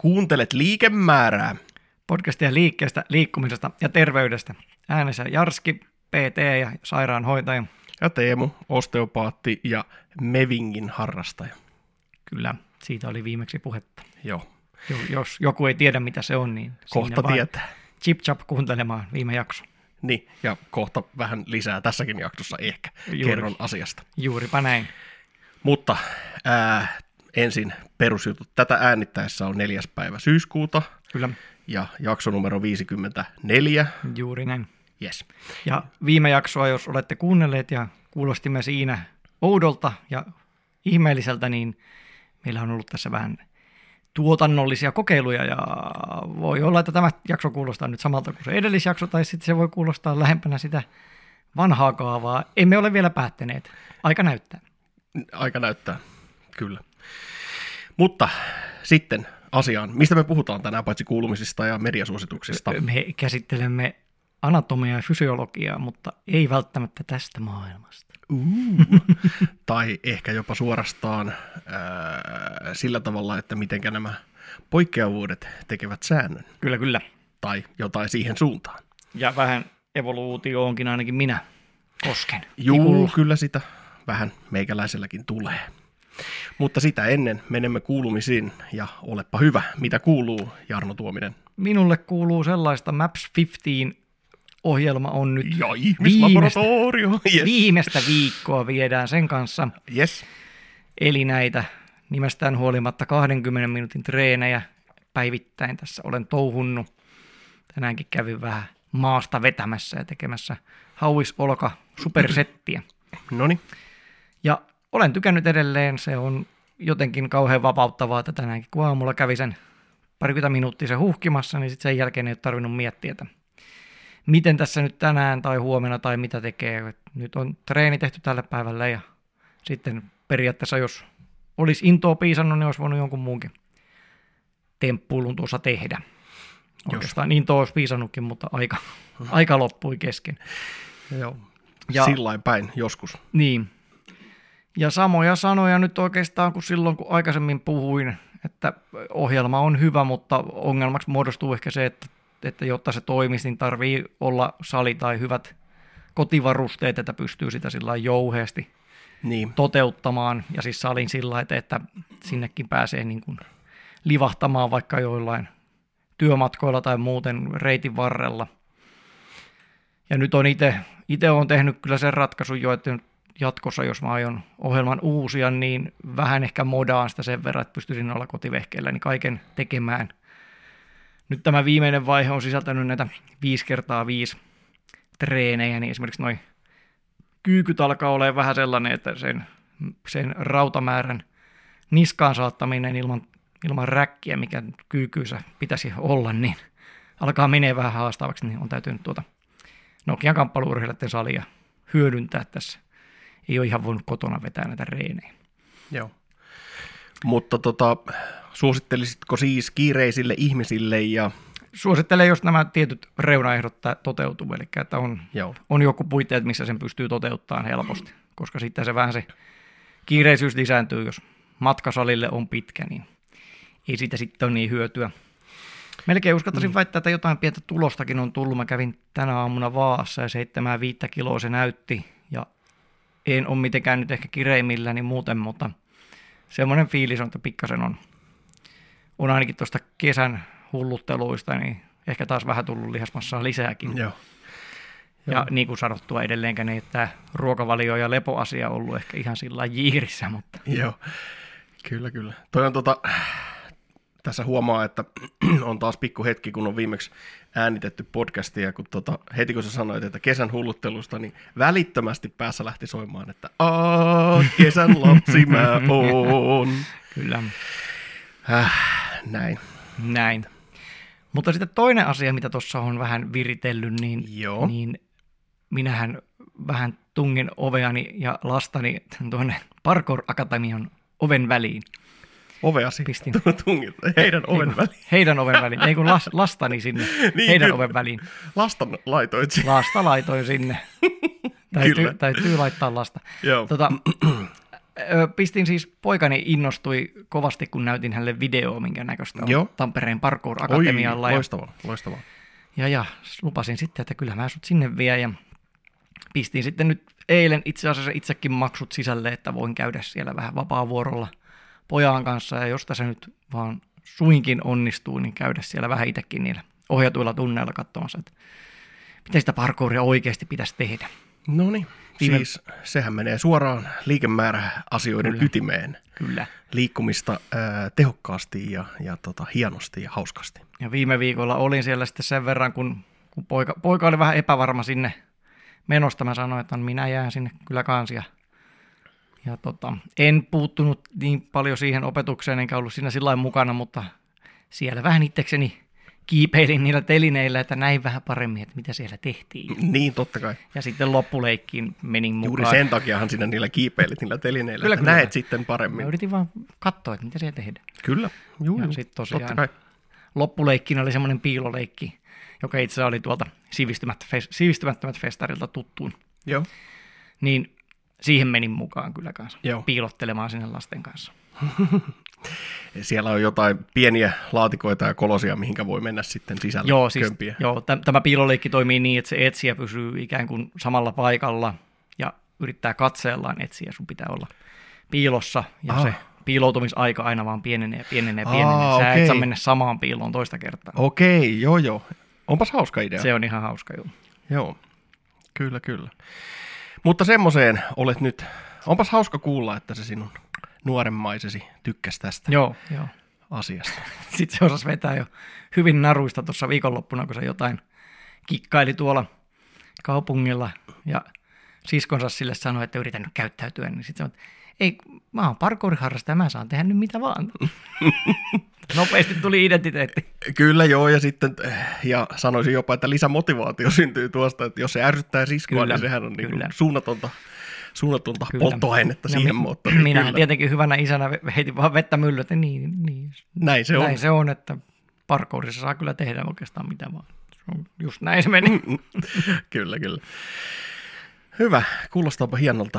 Kuuntelet liikemäärää. Podcastia liikkeestä, liikkumisesta ja terveydestä. Äänessä Jarski, PT ja sairaanhoitaja. Ja Teemu, osteopaatti ja Mevingin harrastaja. Kyllä, siitä oli viimeksi puhetta. Joo. Jos joku ei tiedä, mitä se on, niin kohta tietää. Chip-chap kuuntelemaan viime jakso. Niin, ja kohta vähän lisää tässäkin jaksossa ehkä kerron asiasta. Juuripa näin. Mutta ensin perusjutut. Tätä äänittäessä on 4. päivä syyskuuta. Kyllä. Ja jakso numero 54. Juuri näin. Yes. Ja viime jaksoa, jos olette kuunnelleet ja kuulostimme siinä oudolta ja ihmeelliseltä, niin meillä on ollut tässä vähän tuotannollisia kokeiluja ja voi olla, että tämä jakso kuulostaa nyt samalta kuin se edellisjakso tai sitten se voi kuulostaa lähempänä sitä vanhaa kaavaa. Emme ole vielä päättäneet. Aika näyttää. Aika näyttää, kyllä. Mutta sitten asiaan. Mistä me puhutaan tänään paitsi kuulumisista ja mediasuosituksista? Me käsittelemme anatomiaa ja fysiologiaa, mutta ei välttämättä tästä maailmasta. Tai ehkä jopa suorastaan sillä tavalla, että mitenkä nämä poikkeavuudet tekevät säännön. Kyllä, kyllä. Tai jotain siihen suuntaan. Ja vähän evoluutioonkin ainakin minä kosken. Juu, kyllä sitä vähän meikäläiselläkin tulee. Mutta sitä ennen menemme kuulumisiin ja olepa hyvä. Mitä kuuluu, Jarno Tuominen? Minulle kuuluu sellaista Maps 15 ohjelma on nyt ja ihmislaboratorio. Viimeistä viikkoa viedään sen kanssa. Yes. Eli näitä nimestään huolimatta 20 minuutin treenejä päivittäin tässä olen touhunnut. Tänäänkin kävin vähän maasta vetämässä ja tekemässä hauisolka supersettiä. Noniin. Ja olen tykännyt edelleen, se on jotenkin kauhean vapauttavaa, että tänäänkin kun aamulla kävi sen 20 minuuttia se huhkimassa, niin sitten sen jälkeen ei ole tarvinnut miettiä, että miten tässä nyt tänään tai huomenna tai mitä tekee. Nyt on treeni tehty tälle päivälle ja sitten periaatteessa jos olisi intoa piisannut, niin olisi voinut jonkun muunkin temppuilun tuossa tehdä. Oikeastaan intoa olisi piisannutkin, mutta aika loppui kesken. Joo, sillain päin joskus. Niin. Ja samoja sanoja nyt oikeastaan kuin silloin, kun aikaisemmin puhuin, että ohjelma on hyvä, mutta ongelmaksi muodostuu ehkä se, että jotta se toimisi, niin tarvii olla sali tai hyvät kotivarusteet, että pystyy sitä sillä jouheasti toteuttamaan. Ja siis salin sillä, että sinnekin pääsee niin kuin livahtamaan vaikka joillain työmatkoilla tai muuten reitin varrella. Ja nyt on itse olen tehnyt kyllä sen ratkaisun jo, että jatkossa, jos mä aion ohjelman uusia, niin vähän ehkä modaan sitä sen verran, että pystyisin olla kotivehkeillä, niin kaiken tekemään. Nyt tämä viimeinen vaihe on sisältänyt näitä 5x5 treenejä, niin esimerkiksi noi kyykyt alkaa olemaan vähän sellainen, että sen rautamäärän niskaan saattaminen ilman räkkiä, mikä kyykyissä pitäisi olla, niin alkaa menee vähän haastavaksi, niin on täytynyt Nokian kamppailu-urheilijoiden salia hyödyntää tässä. Ei ole ihan voinut kotona vetää näitä reenejä. Joo. Mutta suosittelisitko siis kiireisille ihmisille? Suosittelen, jos nämä tietyt reunaehdot toteutuu, eli että on joku puitteet, missä sen pystyy toteuttamaan helposti, koska sitten se vähän se kiireisyys lisääntyy, jos matkasalille on pitkä, niin ei siitä sitten ole niin hyötyä. Melkein uskaltaisin väittää, että jotain pientä tulostakin on tullut. Mä kävin tänä aamuna Vaassa ja 7,5 kiloa se näytti, ja en ole mitenkään nyt ehkä kireimmillä niin muuten, mutta semmoinen fiilis on, että pikkasen on ainakin tuosta kesän hullutteluista, niin ehkä taas vähän tullut lihasmassaa lisääkin. Joo. Ja niin kuin sanottua edelleenkään, niin että ruokavalio ja lepoasia on ollut ehkä ihan sillä jiirissä. Mutta. Joo, kyllä. Toi on tässä huomaa, että on taas pikku hetki, kun on viimeksi äänitetty podcastia, kun heti kun sä sanoit, että kesän hulluttelusta, niin välittömästi päässä lähti soimaan, että kesän lapsi mä oon. Kyllä. Näin. Mutta sitten toinen asia, mitä tuossa on vähän viritellyt, niin minähän vähän tungin oveani ja lastani tuonne Parkour Akatemian oven väliin. Oveasi tungit, heidän oven väliin. Heidän oven väliin, ei kun lastani sinne, niin, heidän kyllä. Oven väliin. Lasta laitoit sinne. Lasta laitoin sinne. Täytyy laittaa lasta. Joo. pistin siis, poikani innostui kovasti, kun näytin hänelle videoa, minkä näköistä on Tampereen Parkour Akatemialla. Oi, loistavaa. Ja lupasin sitten, että kyllä mä sut sinne vie, ja pistin sitten nyt eilen itse asiassa itsekin maksut sisälle, että voin käydä siellä vähän vapaavuorolla pojan kanssa, ja jos tässä nyt vaan suinkin onnistuu, niin käydä siellä vähän itsekin niillä ohjatuilla tunneilla katsomassa, että miten sitä parkouria oikeasti pitäisi tehdä. No niin, siis sehän menee suoraan liikemääräasioiden ytimeen. Kyllä. Liikkumista tehokkaasti ja hienosti ja hauskasti. Ja viime viikolla olin siellä sitten sen verran, kun poika oli vähän epävarma sinne menosta. Mä sanoin, että minä jään sinne kyllä kanssa. Ja en puuttunut niin paljon siihen opetukseen, enkä ollut siinä sillä mukana, mutta siellä vähän itsekseni kiipeilin niillä telineillä, että näin vähän paremmin, että mitä siellä tehtiin. Niin, totta kai. Ja sitten loppuleikkiin menin mukaan. Juuri sen takiahan sinä niillä kiipeilit niillä telineillä, kyllä, että näet sitten paremmin. Mä yritin vaan katsoa, että mitä siellä tehdään. Kyllä, ja sitten tosiaan loppuleikkiin oli semmoinen piiloleikki, joka itse asiassa oli tuolta Sivistymättömät festarilta tuttuun. Joo. Niin siihen menin mukaan kyllä kanssa, Joo. Piilottelemaan sinne lasten kanssa. Siellä on jotain pieniä laatikoita ja kolosia, mihinkä voi mennä sitten sisälle kömpiä. Joo, tämä piiloleikki toimii niin, että se etsijä pysyy ikään kuin samalla paikalla ja yrittää katseellaan etsiä. Sun pitää olla piilossa ja se piiloutumisaika aina vaan pienenee. Sä et saa mennä samaan piiloon toista kertaa. Okei, joo. Onpas hauska idea. Se on ihan hauska, joo. Joo, kyllä. Mutta semmoiseen olet nyt, onpas hauska kuulla, että se sinun nuoremmaisesi tykkäsi tästä asiasta. Sitten se osasi vetää jo hyvin naruista tuossa viikonloppuna, kun se jotain kikkaili tuolla kaupungilla ja siskonsa sille sanoi, että yritän nyt käyttäytyä, niin sitten sanoi, että ei, mä oon parkouriharrastaja, mä saan tehdä nyt mitä vaan. Nopeasti tuli identiteetti. Kyllä joo, ja sanoisin jopa, että lisämotivaatio syntyy tuosta, että jos se ärsyttää siskoa, niin sehän on niin suunnatonta polttoainetta siihen moottoriin. Minähän tietenkin hyvänä isänä heitin vaan vettä myllyä, että niin. Näin se on, että parkourissa saa kyllä tehdä oikeastaan mitä vaan. Just näin se meni. Kyllä. Hyvä, kuulostaapa hienolta.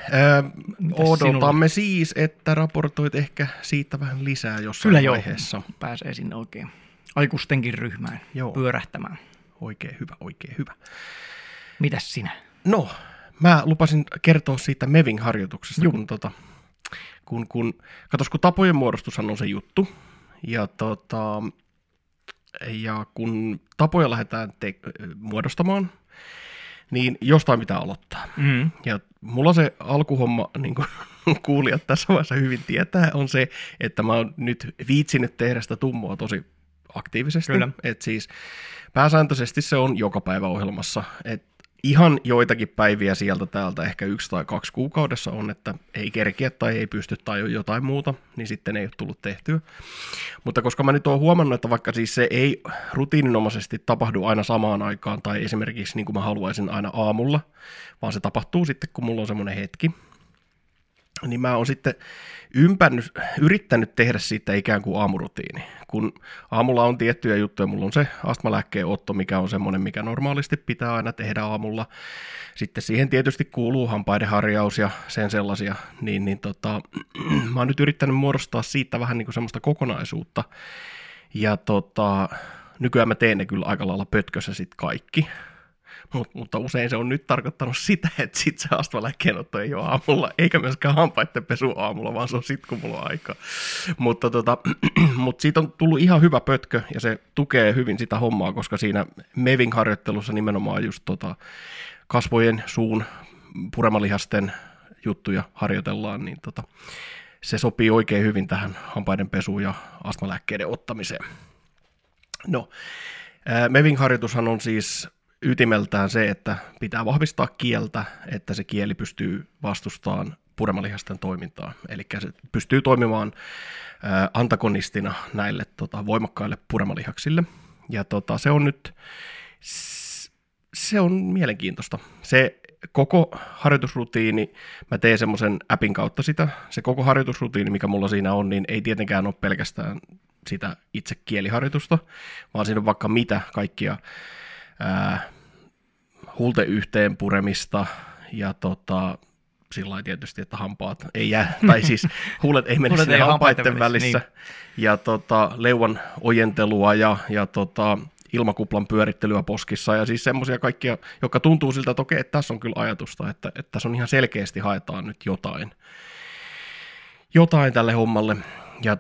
Odotamme siis, että raportoit ehkä siitä vähän lisää jossain vaiheessa. Kyllä pääsee sinne oikein aikuistenkin ryhmään pyörähtämään. Oikein hyvä. Mitäs sinä? No, mä lupasin kertoa siitä Meving-harjoituksesta, kun tapojen muodostushan on se juttu, ja kun tapoja lähdetään muodostamaan, niin jostain pitää aloittaa. Mm. Ja mulla se alkuhomma, niin kuin kuulijat tässä vaiheessa hyvin tietää, on se, että mä oon nyt viitsinyt tehdä sitä tummoa tosi aktiivisesti. Että siis pääsääntöisesti se on joka päivä ohjelmassa. Et ihan joitakin päiviä sieltä täältä, ehkä 1 tai 2 kuukaudessa on, että ei kerkiä tai ei pysty tai jotain muuta, niin sitten ei ole tullut tehtyä. Mutta koska mä nyt oon huomannut, että vaikka siis se ei rutiininomaisesti tapahdu aina samaan aikaan tai esimerkiksi niin kuin mä haluaisin aina aamulla, vaan se tapahtuu sitten, kun mulla on semmoinen hetki, niin mä oon sitten yrittänyt tehdä siitä ikään kuin aamurutiini. Kun aamulla on tiettyjä juttuja, mulla on se astmalääkkeen otto, mikä on semmoinen, mikä normaalisti pitää aina tehdä aamulla. Sitten siihen tietysti kuuluu hampaidenharjaus ja sen sellaisia, mä oon nyt yrittänyt muodostaa siitä vähän niin kuin semmoista kokonaisuutta. Ja nykyään mä teen ne kyllä aika lailla pötkössä sitten kaikki. Mutta usein se on nyt tarkoittanut sitä, että sit se astmalääkkeenotto ei ole aamulla, eikä myöskään hampaiden pesu aamulla, vaan se on sit, kun mulla on aikaa. Mutta siitä on tullut ihan hyvä pötkö, ja se tukee hyvin sitä hommaa, koska siinä Meving-harjoittelussa nimenomaan just kasvojen, suun, puremalihasten juttuja harjoitellaan, niin se sopii oikein hyvin tähän hampaiden pesuun ja astmalääkkeiden ottamiseen. No, Meving-harjoitushan on siis ytimeltään se, että pitää vahvistaa kieltä, että se kieli pystyy vastustamaan puremalihasten toimintaa. Eli se pystyy toimimaan antagonistina näille voimakkaille puremalihaksille. Ja se on mielenkiintoista. Se koko harjoitusrutiini, mä teen semmoisen appin kautta sitä, se koko harjoitusrutiini, mikä mulla siinä on, niin ei tietenkään ole pelkästään sitä itse kieliharjoitusta, vaan siinä on vaikka mitä kaikkia huulten yhteen puremista ja sillä lailla tietysti, että hampaat ei jää, tai siis huulet ei mene sinne hampaiden välissä. Niin. Ja leuan ojentelua ja ilmakuplan pyörittelyä poskissa ja siis semmoisia kaikkia, jotka tuntuu siltä, että okei, että tässä on kyllä ajatusta, että tässä on ihan selkeästi haetaan nyt jotain tälle hommalle. Ja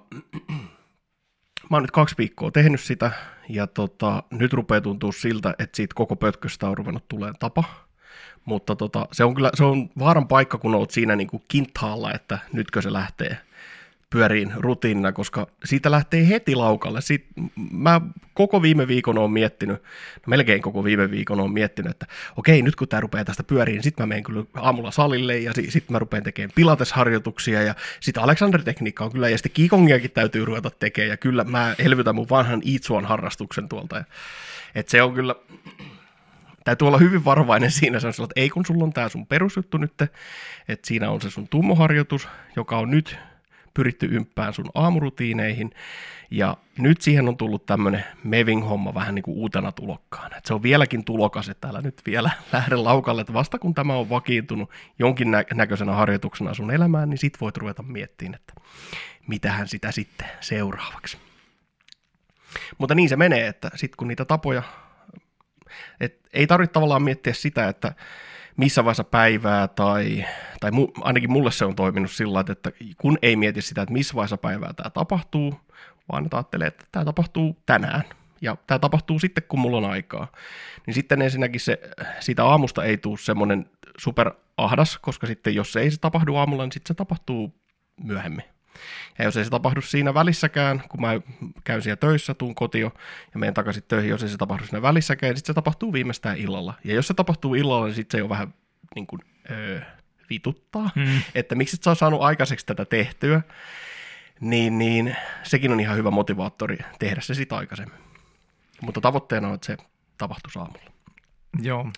mä oon nyt 2 viikkoa tehnyt sitä ja nyt rupeaa tuntua siltä, että siitä koko pötköstä on ruvennut tulemaan tapa. Mutta se on vaaran paikka, kun oot siinä niin kuin kintaalla, että nytkö se lähtee pyöriin rutiinina, koska siitä lähtee heti laukalle. Mä koko viime viikon oon miettinyt, melkein koko viime viikon oon miettinyt, että okei, nyt kun tää rupeaa tästä pyöriin, niin sit mä menen kyllä aamulla salille ja sit mä rupean tekemään pilatesharjoituksia ja sit Alexander-tekniikka on kyllä, ja sitten Kikongiakin täytyy ruveta tekemään ja kyllä mä elvytän mun vanhan Itsuan harrastuksen tuolta. Että se on kyllä, täytyy olla hyvin varovainen siinä, se on sellainen, että ei kun sulla on tää sun perusjuttu nyt, että siinä on se sun tummoharjoitus, joka on nyt pyritty ymppään sun aamurutiineihin, ja nyt siihen on tullut tämmöinen meving-homma vähän niin kuin uutena tulokkaan. Et se on vieläkin tulokas, että täällä nyt vielä lähde laukalle, että vasta kun tämä on vakiintunut jonkin näköisenä harjoituksena sun elämään, niin sit voit ruveta miettimään, että mitähän sitä sitten seuraavaksi. Mutta niin se menee, että sit kun niitä tapoja, ei tarvitse tavallaan miettiä sitä, että missä vaiheessa päivää, tai ainakin mulle se on toiminut sillä tavalla, että kun ei mieti sitä, että missä vaiheessa päivää tämä tapahtuu, vaan että ajattelee, että tämä tapahtuu tänään, ja tämä tapahtuu sitten, kun mulla on aikaa, niin sitten ensinnäkin siitä aamusta ei tule semmoinen superahdas, koska sitten jos se ei se tapahdu aamulla, niin sitten se tapahtuu myöhemmin. Ja jos ei se tapahdu siinä välissäkään, kun mä käyn siellä töissä, tuun kotiin ja menen takaisin töihin, jos ei se tapahdu siinä välissäkään, niin sitten se tapahtuu viimeistään illalla. Ja jos se tapahtuu illalla, niin sitten se jo vähän niin kuin, vituttaa, että miksi et sä oot saanut aikaiseksi tätä tehtyä, niin sekin on ihan hyvä motivaattori tehdä se sitten aikaisemmin. Mutta tavoitteena on, että se tapahtuisi aamulla. Joo.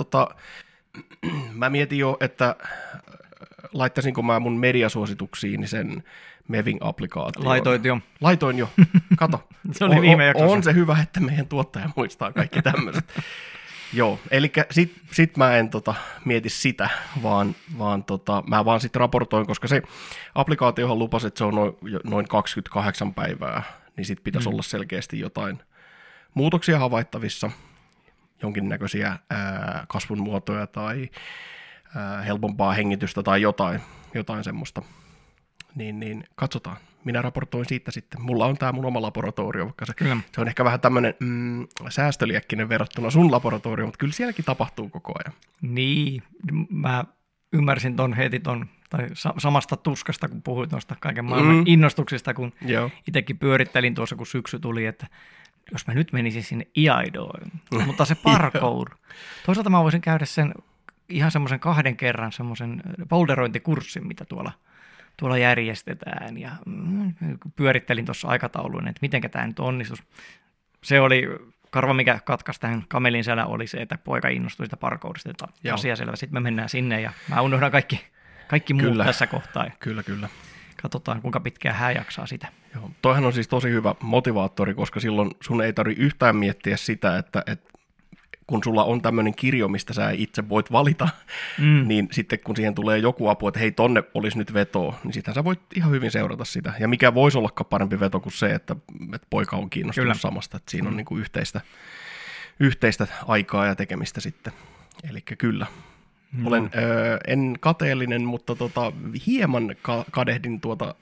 Mä mietin jo, että laittaisinko mä mun mediasuosituksiin niin sen Meving-applikaation. Laitoit jo. Laitoin jo. Kato. Se oli viime jaksossa. On se hyvä, että meidän tuottaja muistaa kaikki tämmöiset. Joo, eli sit mä en mieti sitä, vaan mä vaan sit raportoin, koska se applikaatiohan lupasi, että se on noin 28 päivää, niin sit pitäisi olla selkeästi jotain muutoksia havaittavissa, jonkinnäköisiä kasvun muotoja tai helpompaa hengitystä tai jotain semmoista. Niin katsotaan. Minä raportoin siitä sitten. Mulla on tämä mun oma laboratorio, vaikka se on ehkä vähän tämmöinen säästöliäkkinen verrattuna sun laboratorioon, mutta kyllä sielläkin tapahtuu koko ajan. Niin, mä ymmärsin heti tai samasta tuskasta, kun puhuit noista kaiken maailman innostuksista, kun itsekin pyörittelin tuossa, kun syksy tuli, että jos mä nyt menisin sinne IAIDOon, mutta se parkour. Toisaalta mä voisin käydä sen ihan semmoisen 2 kerran semmoisen boulderointikurssin, mitä tuolla järjestetään, ja pyörittelin tuossa aikatauluun, että mitenkä tämä nyt onnistus. Se oli karva, mikä katkaisi tähän kamelin selän, oli se, että poika innostui sitä parkourista, että asia selvä. Sitten me mennään sinne, ja mä unohdan kaikki muut tässä kohtaa. Kyllä. Katsotaan, kuinka pitkään hän jaksaa sitä. Joo. Toihan on siis tosi hyvä motivaattori, koska silloin sun ei tarvitse yhtään miettiä sitä, että kun sulla on tämmöinen kirjo, mistä sä itse voit valita, niin sitten kun siihen tulee joku apu, että hei, tonne olisi nyt vetoa, niin sitten sä voit ihan hyvin seurata sitä. Ja mikä voisi ollakaan parempi veto kuin se, että poika on kiinnostunut samasta, että siinä on niin kuin yhteistä aikaa ja tekemistä sitten. Eli kyllä. Olen en kateellinen, mutta hieman kadehdin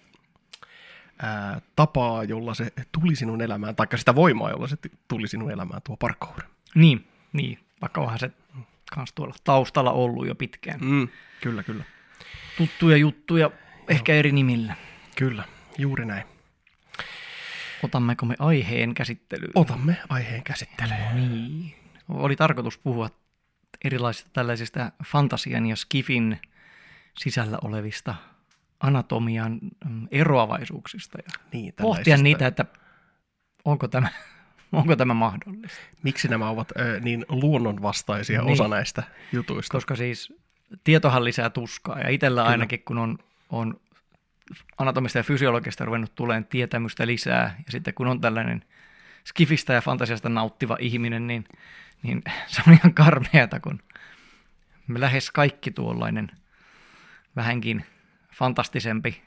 tapaa, jolla se tuli sinun elämään, taikka sitä voimaa, jolla se tuli sinun elämään, tuo parkour. Niin, vaikka onhan se kans tuolla taustalla ollut jo pitkään. Kyllä. Tuttuja juttuja, ehkä eri nimillä. Kyllä, juuri näin. Otammeko me aiheen käsittelyyn? Otamme aiheen käsittelyyn. Niin. Oli tarkoitus puhua erilaisista tällaisista fantasian ja skifin sisällä olevista anatomian eroavaisuuksista ja pohtia niitä, että onko tämä mahdollista. Miksi nämä ovat niin luonnonvastaisia osa näistä jutuista? Koska siis tietohan lisää tuskaa, ja itsellä ainakin, kun on anatomista ja fysiologista ruvennut tulemaan tietämystä lisää, ja sitten kun on tällainen skifistä ja fantasiasta nauttiva ihminen, niin se on ihan karmeata, kun me lähes kaikki tuollainen vähänkin fantastisempi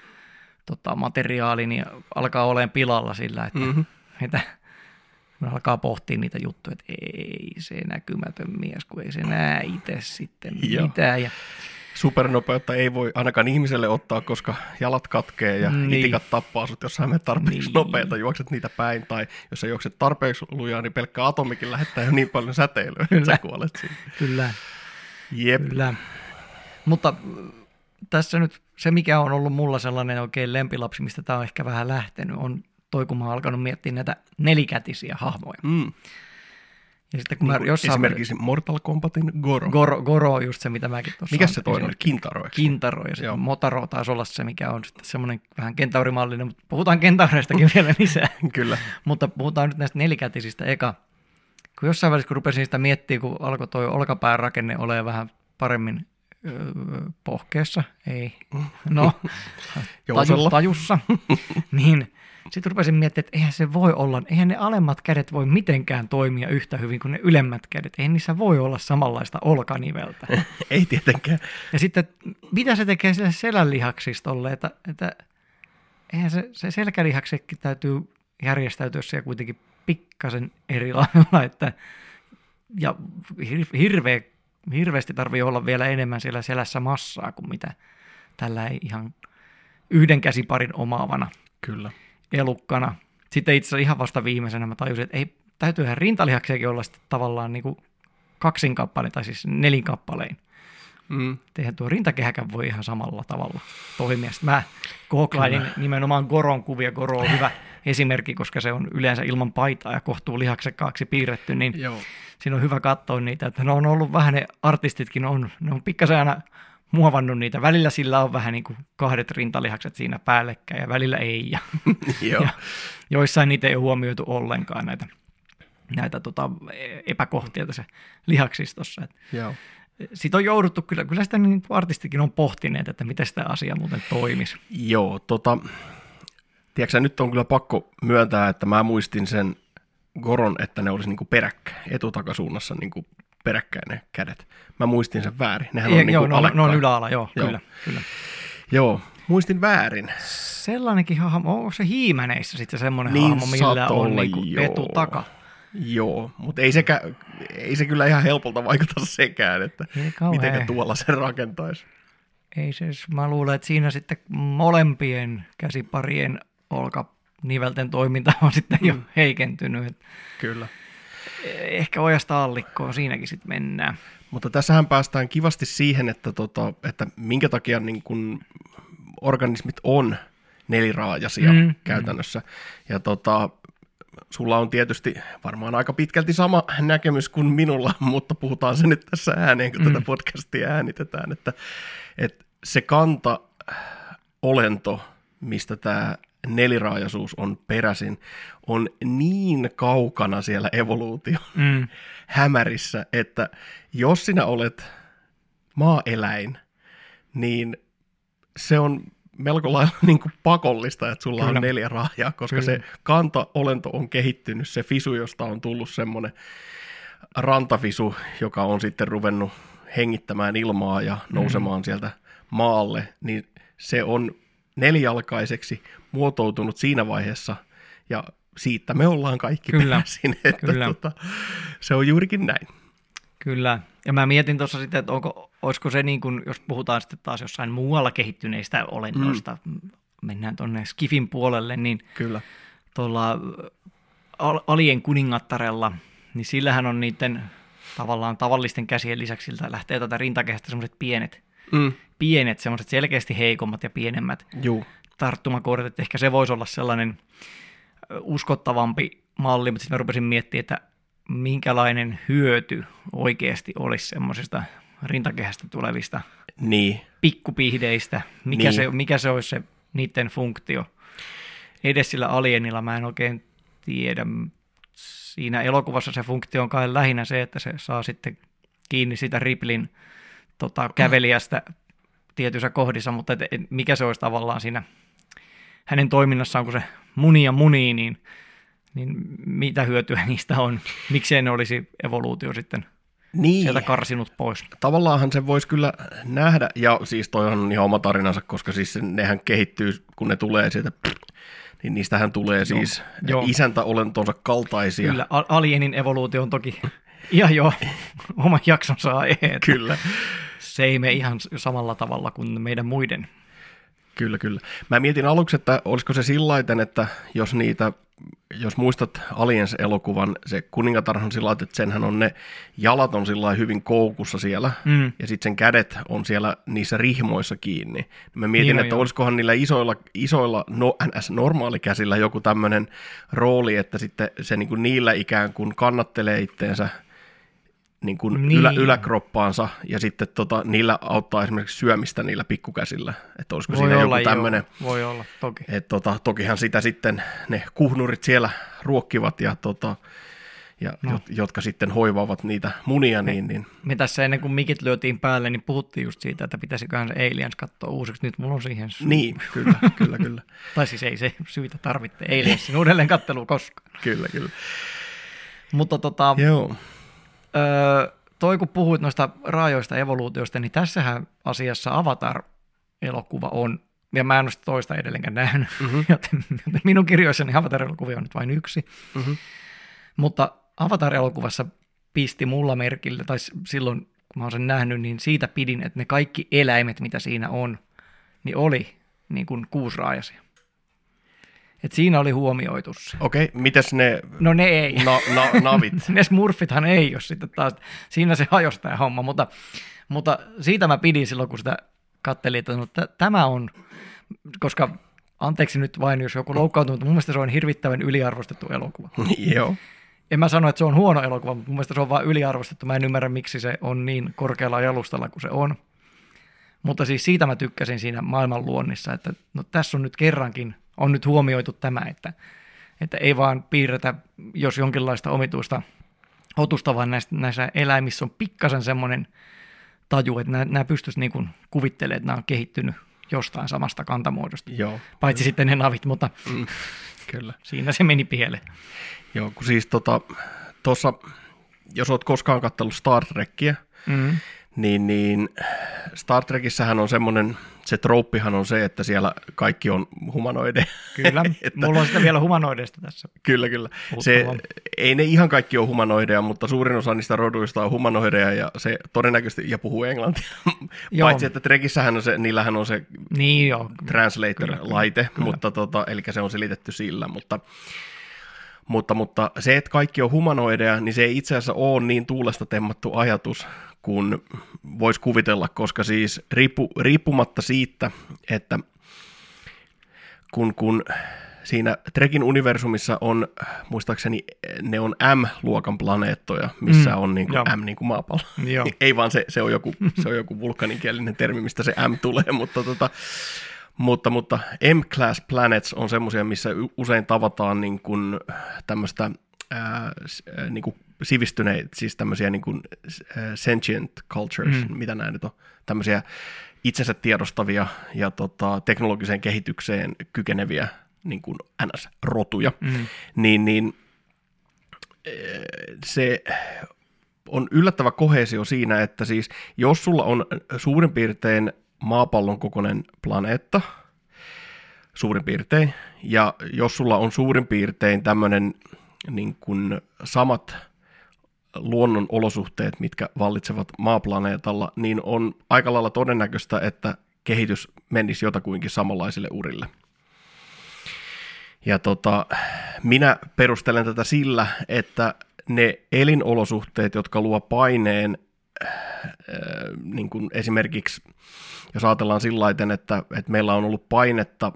materiaali, niin alkaa olemaan pilalla sillä, että alkaa pohtia niitä juttuja, että ei se näkymätön mies, kun ei se näe itse sitten mitään. Ja supernopeutta ei voi ainakaan ihmiselle ottaa, koska jalat katkee ja itikat tappaa sut, jos sä menet tarpeeksi nopeita, juokset niitä päin, tai jos sä juokset tarpeeksi lujaa, niin pelkkä atomikin lähettää jo niin paljon säteilyä, että sä kuolet siinä. Kyllä. Jep. Kyllä. Mutta tässä nyt se, mikä on ollut mulla sellainen oikein lempilapsi, mistä tämä on ehkä vähän lähtenyt, on toi, kun mä oon alkanut miettiä näitä nelikätisiä hahmoja. Ja sitten, kun niin esimerkiksi Mortal Kombatin Goro. Goro on just se, mitä mäkin tuossa... Mikä se toinen oli? Kintaro, eikö? Kintaro, ja sitten Motaro taisi olla se, mikä on sitten semmoinen vähän kentaurimallinen, mutta puhutaan kentaureistakin vielä lisää. Kyllä. Mutta puhutaan nyt näistä nelikätisistä eka. Kun jossain välissä, kun rupesin sitä miettimään, kun alkoi toi olkapään rakenne olemaan vähän paremmin pohkeessa, ei, no, tajussa, niin sitten rupesin miettimään, että eihän se voi olla, eihän ne alemmat kädet voi mitenkään toimia yhtä hyvin kuin ne ylemmät kädet, eihän niissä voi olla samanlaista olkaniveltä. Ei tietenkään. Ja sitten, mitä se tekee sille selänlihaksistolle, että eihän se selkälihaksekin täytyy järjestäytyä siellä kuitenkin pikkasen eri lailla, että ja hirveästi tarvii olla vielä enemmän siellä selässä massaa kuin mitä tällä ei ihan yhden käsiparin omaavana elukkana. Sitten itse asiassa ihan vasta viimeisenä mä tajusin, että ei, täytyyhän rintalihaksiakin olla sitten tavallaan niin kuin kaksinkappalein tai siis nelinkappalein. Eihän tuo rintakehäkään voi ihan samalla tavalla toimia. Sitten mä kooklailin nimenomaan Goron kuvia. Goro on hyvä esimerkki, koska se on yleensä ilman paitaa ja kohtuu lihaksekkaaksi piirretty, niin siinä on hyvä katsoa niitä. Että ne on ollut vähän, ne artistitkin ne on pikkasen aina muovannut niitä. Välillä sillä on vähän niin kuin 2 rintalihakset siinä päällekkäin ja välillä ei. Ja joissain niitä ei ole huomioitu ollenkaan näitä epäkohtia tässä lihaksistossa. Sitten on jouduttu, kyllä sitä niin artistikin on pohtineet, että miten sitä asia muuten toimisi. Joo, tiedätkö nyt on kyllä pakko myöntää, että mä muistin sen Goron, että ne olisi niin kuin etutakasuunnassa niin kuin peräkkäin ne kädet. Mä muistin sen väärin. Nehän on niin kuin alekkain. Ne on yläala, kyllä. Joo, muistin väärin. Sellainenkin hahmo, onko se Hiimäneissä sitten semmoinen hahmo, millä on niin kuin etutaka? Joo, mutta ei se kyllä ihan helpolta vaikuta sekään, että miten tuolla sen rakentaisi. Ei se, mä luulen, että siinä sitten molempien käsiparien olkanivelten toiminta on sitten jo heikentynyt. Kyllä. Ehkä ojasta allikkoon siinäkin sitten mennään. Mutta tässähän päästään kivasti siihen, että minkä takia niin kun organismit on neliraajaisia käytännössä. Ja sulla on tietysti varmaan aika pitkälti sama näkemys kuin minulla, mutta puhutaan se nyt tässä ääneen, kun tätä podcastia äänitetään, että se kanta-olento, mistä tämä neliraajaisuus on peräisin, on niin kaukana siellä evoluution hämärissä, että jos sinä olet maaeläin, niin se on melko lailla niin kuin pakollista, että sulla on 4 raajaa, koska se kanta-olento on kehittynyt, se fisu, josta on tullut semmoinen rantafisu, joka on sitten ruvennut hengittämään ilmaa ja nousemaan sieltä maalle, niin se on nelijalkaiseksi muotoutunut siinä vaiheessa, ja siitä me ollaan kaikki peräisin, että se on juurikin näin. Kyllä, ja mä mietin tuossa sitten, että olisiko se niin kuin, jos puhutaan sitten taas jossain muualla kehittyneistä olennoista, mennään tuonne Skifin puolelle, niin tuolla alien kuningattarella, niin sillähän on niiden tavallaan tavallisten käsien lisäksi siltä lähtee tätä rintakehästä semmoiset pienet, semmoiset selkeästi heikommat ja pienemmät tarttumakohdat, että ehkä se voisi olla sellainen uskottavampi malli, mutta sitten mä rupesin miettimään, että minkälainen hyöty oikeasti olisi semmoisesta rintakehästä tulevista pikkupihdeistä, mikä se olisi se niiden funktio. Edes sillä alienilla mä en oikein tiedä. Siinä elokuvassa se funktio on kai lähinnä se, että se saa sitten kiinni sitä Riplin kävelijästä tietyissä kohdissa, mutta mikä se olisi tavallaan siinä hänen toiminnassaan, kun se munii, niin mitä hyötyä niistä on? Miksei ne olisi evoluutio sitten niin. sieltä karsinut pois. Tavallaanhan se voisi kyllä nähdä, ja siis toi on ihan oma tarinansa, koska siis nehän kehittyy, kun ne tulee sieltä, niin niistähän tulee siis isäntäolentonsa kaltaisia. Kyllä, alienin evoluutio on toki ihan jo oman jaksonsa aihe. Kyllä. Se ei mene ihan samalla tavalla kuin meidän muiden. Kyllä. Mä mietin aluksi, että olisiko se sillaiten, että jos muistat Aliens-elokuvan, se kuningatar on sillä, että senhän on ne jalat on sillä hyvin koukussa siellä, ja sitten sen kädet on siellä niissä rihmoissa kiinni. Mä mietin, että olisikohan niillä isoilla NS-normaalikäsillä joku tämmöinen rooli, että sitten se niin kuin niillä ikään kuin kannattelee itteensä niin kuin yläkroppaansa, ja sitten niillä auttaa esimerkiksi syömistä niillä pikkukäsillä. Että olisiko voi siinä olla, joku tämmöinen. Voi olla, toki. Että tokihan sitä sitten ne kuhnurit siellä ruokkivat, jotka sitten hoivaavat niitä munia. Niin. Me tässä ennen kuin mikit lyötiin päälle, niin puhuttiin just siitä, että pitäisiköhän se Aliens katsoa uusiksi. Nyt mulla on siihen syy. Niin, kyllä. Tai siis ei se syytä tarvitse Aliensin uudelleen kattelua koskaan. Kyllä. Mutta joo. Toi kun puhuit noista raajoista evoluutiosta, niin tässähän asiassa Avatar-elokuva on, ja mä en ole sitä toista edelleenkään nähnyt, joten minun kirjoissani Avatar-elokuvia on nyt vain yksi. Mutta Avatar-elokuvassa pisti mulla merkille, tai silloin kun mä oon sen nähnyt, niin siitä pidin, että ne kaikki eläimet, mitä siinä on, niin oli niin kuin kuusraajaisia. Et siinä oli huomioitu se. Okei, mitäs ne... No ne ei. Navit. Ne smurfithan ei ole sitten taas. Siinä se hajosi tämä homma, mutta siitä mä pidin silloin, kun sitä katselin, että tämä on, koska anteeksi nyt vain, jos joku loukkaantuu, mutta mun mielestä se on hirvittävän yliarvostettu elokuva. Joo. En mä sano, että se on huono elokuva, mutta mun mielestä se on vaan yliarvostettu. Mä en ymmärrä, miksi se on niin korkealla jalustalla kuin se on. Mutta siis siitä mä tykkäsin siinä maailmanluonnissa, että no tässä on nyt kerrankin, on nyt huomioitu tämä, että ei vaan piirretä, jos jonkinlaista omituista otusta, vaan näissä eläimissä on pikkasen semmoinen taju, että nämä pystyisi niin kuin kuvittelemaan, että nämä on kehittynyt jostain samasta kantamuodosta. Joo. Paitsi sitten ne navit, mutta kyllä. Siinä se meni pieleen. Joo, kun siis tuossa, jos olet koskaan katsellut Star Trekkiä, niin Star Trekissähän on semmoinen, se trooppihan on se, että siellä kaikki on humanoideja. Kyllä, mulla on sitä vielä humanoideista tässä. Kyllä. Ei ne ihan kaikki ole humanoideja, mutta suurin osa niistä roduista on humanoideja ja se todennäköisesti, ja puhuu englantia. Paitsi, että Trekissähän on niillähän on se translator-laite, mutta eli se on selitetty sillä, mutta se, että kaikki on humanoideja, niin se ei itse asiassa ole niin tuulesta temmattu ajatus, kun voisi kuvitella, koska siis riippumatta siitä, että kun siinä Trekin universumissa on, muistaakseni ne on M-luokan planeettoja, missä on niin kuin M niin kuin maapallo. Ei vaan se on joku vulkaninkielinen termi, mistä se M tulee, mutta M-class planets on semmoisia, missä usein tavataan niin kuin tämmöistä niin kuin sivistyneitä, siis tämmöisiä niin kuin sentient cultures, mitä nämä nyt on, tämmöisiä itsensä tiedostavia ja teknologiseen kehitykseen kykeneviä niin kuin NS-rotuja, niin se on yllättävä koheesio siinä, että siis jos sulla on suurin piirtein maapallon kokoinen planeetta, suurin piirtein, ja jos sulla on suurin piirtein tämmöinen niin kuin samat luonnon olosuhteet, mitkä vallitsevat maaplaneetalla, niin on aika lailla todennäköistä, että kehitys menisi jotakuinkin samanlaisille urille. Ja minä perustelen tätä sillä, että ne elinolosuhteet, jotka luo paineen, niin kuin esimerkiksi, jos ajatellaan sillaiten, että meillä on ollut painetta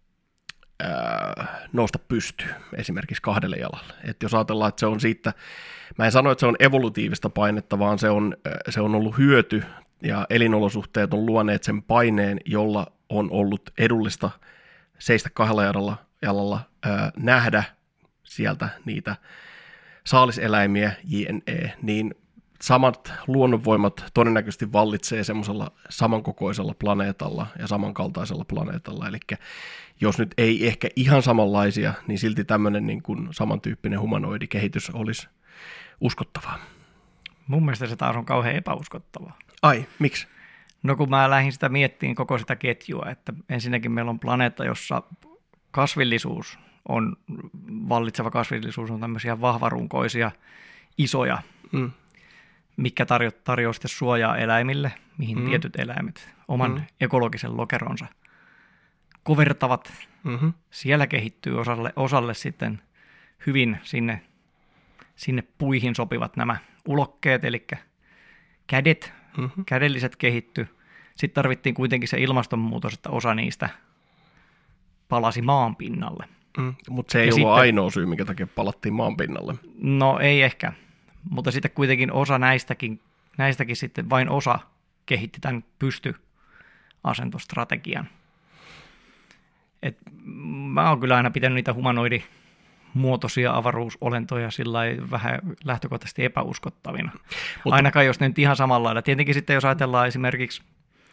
nousta pystyyn esimerkiksi 2 jalalla. Että jos ajatellaan, että se on siitä, mä en sano, että se on evolutiivista painetta, vaan se on ollut hyöty ja elinolosuhteet on luoneet sen paineen, jolla on ollut edullista seistä 2 jalalla, nähdä sieltä niitä saaliseläimiä, jne, niin samat luonnonvoimat todennäköisesti vallitsee semmoisella samankokoisella planeetalla ja samankaltaisella planeetalla. Eli jos nyt ei ehkä ihan samanlaisia, niin silti tämmöinen niin kuin samantyyppinen humanoidikehitys olisi uskottavaa. Mun mielestä se taas on kauhean epäuskottavaa. Ai, miksi? No kun mä lähdin sitä miettimään koko sitä ketjua, että ensinnäkin meillä on planeetta, jossa vallitseva kasvillisuus on tämmöisiä vahvarunkoisia, isoja, mikä tarjoaa sitten suojaa eläimille, mihin tietyt eläimet oman ekologisen lokeronsa kovertavat. Siellä kehittyy osalle sitten hyvin sinne puihin sopivat nämä ulokkeet, eli kädet, kädelliset kehittyy. Sitten tarvittiin kuitenkin se ilmastonmuutos, että osa niistä palasi maan pinnalle. Mutta se ei ollut ainoa syy, minkä takia palattiin maan pinnalle. No ei ehkä, mutta sitten kuitenkin osa näistäkin sitten vain osa kehitti tämän pystyasentostrategian. Mä oon kyllä aina pitänyt niitä humanoidimuotoisia avaruusolentoja sillä vähän lähtökohtaisesti epäuskottavina. Ainakaan jos ne nyt ihan samalla lailla. Tietenkin sitten jos ajatellaan esimerkiksi,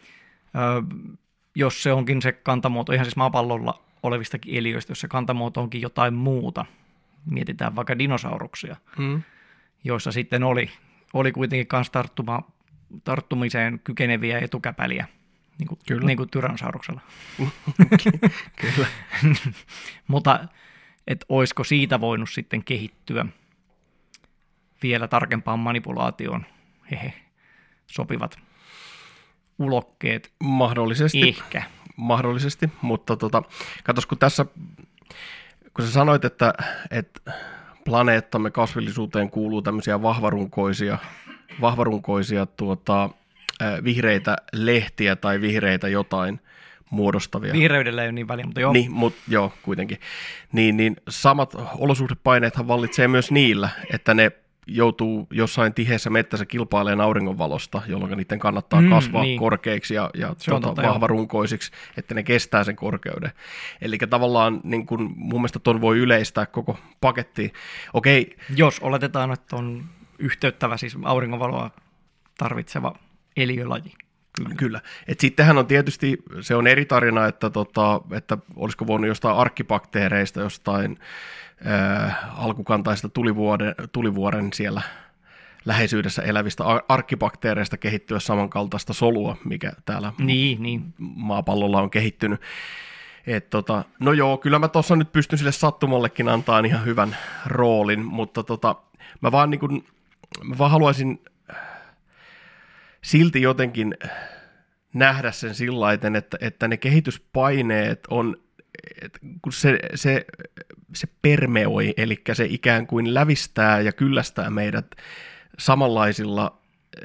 jos se onkin se kantamuoto, ihan siis maapallolla olevistakin eliöistä, jos se kantamuoto onkin jotain muuta. Mietitään vaikka dinosauruksia, joissa sitten oli kuitenkin myös tarttumiseen kykeneviä etukäpäliä, niin kuin tyrannosauruksella. Kyllä. Mutta olisiko siitä voinut sitten kehittyä vielä tarkempaan manipulaatioon sopivat ulokkeet? Mahdollisesti. Ehkä. Mahdollisesti, mutta katos, kun sä sanoit, että planeettamme kasvillisuuteen kuuluu tämmöisiä vahvarunkoisia vihreitä lehtiä tai vihreitä jotain muodostavia. Vihreydellä ei ole niin väliä, mutta joo. Niin, joo, kuitenkin. Niin samat olosuhdepaineethan vallitsee myös niillä, että ne joutuu jossain tiheässä mettässä kilpailemaan auringonvalosta, jolloin niiden kannattaa kasvaa korkeiksi ja vahvarunkoisiksi, että ne kestää sen korkeuden. Eli tavallaan niin kun, mun mielestä ton voi yleistää koko pakettiin. Okei. Jos oletetaan, että on yhteyttävä, siis auringonvaloa tarvitseva eliölaji. Kyllä. Et sittenhän on tietysti, se on eri tarina, että olisiko voinut jostain arkkibakteereista, jostain alkukantaista tulivuoren siellä läheisyydessä elävistä arkkibakteereista kehittyä samankaltaista solua, mikä täällä maapallolla on kehittynyt. No joo, kyllä mä tuossa nyt pystyn sille sattumallekin antaa ihan hyvän roolin, mutta mä vaan haluaisin silti jotenkin nähdä sen sillä lailla, että ne kehityspaineet on, kun se permeoi, eli se ikään kuin lävistää ja kyllästää meidät samanlaisilla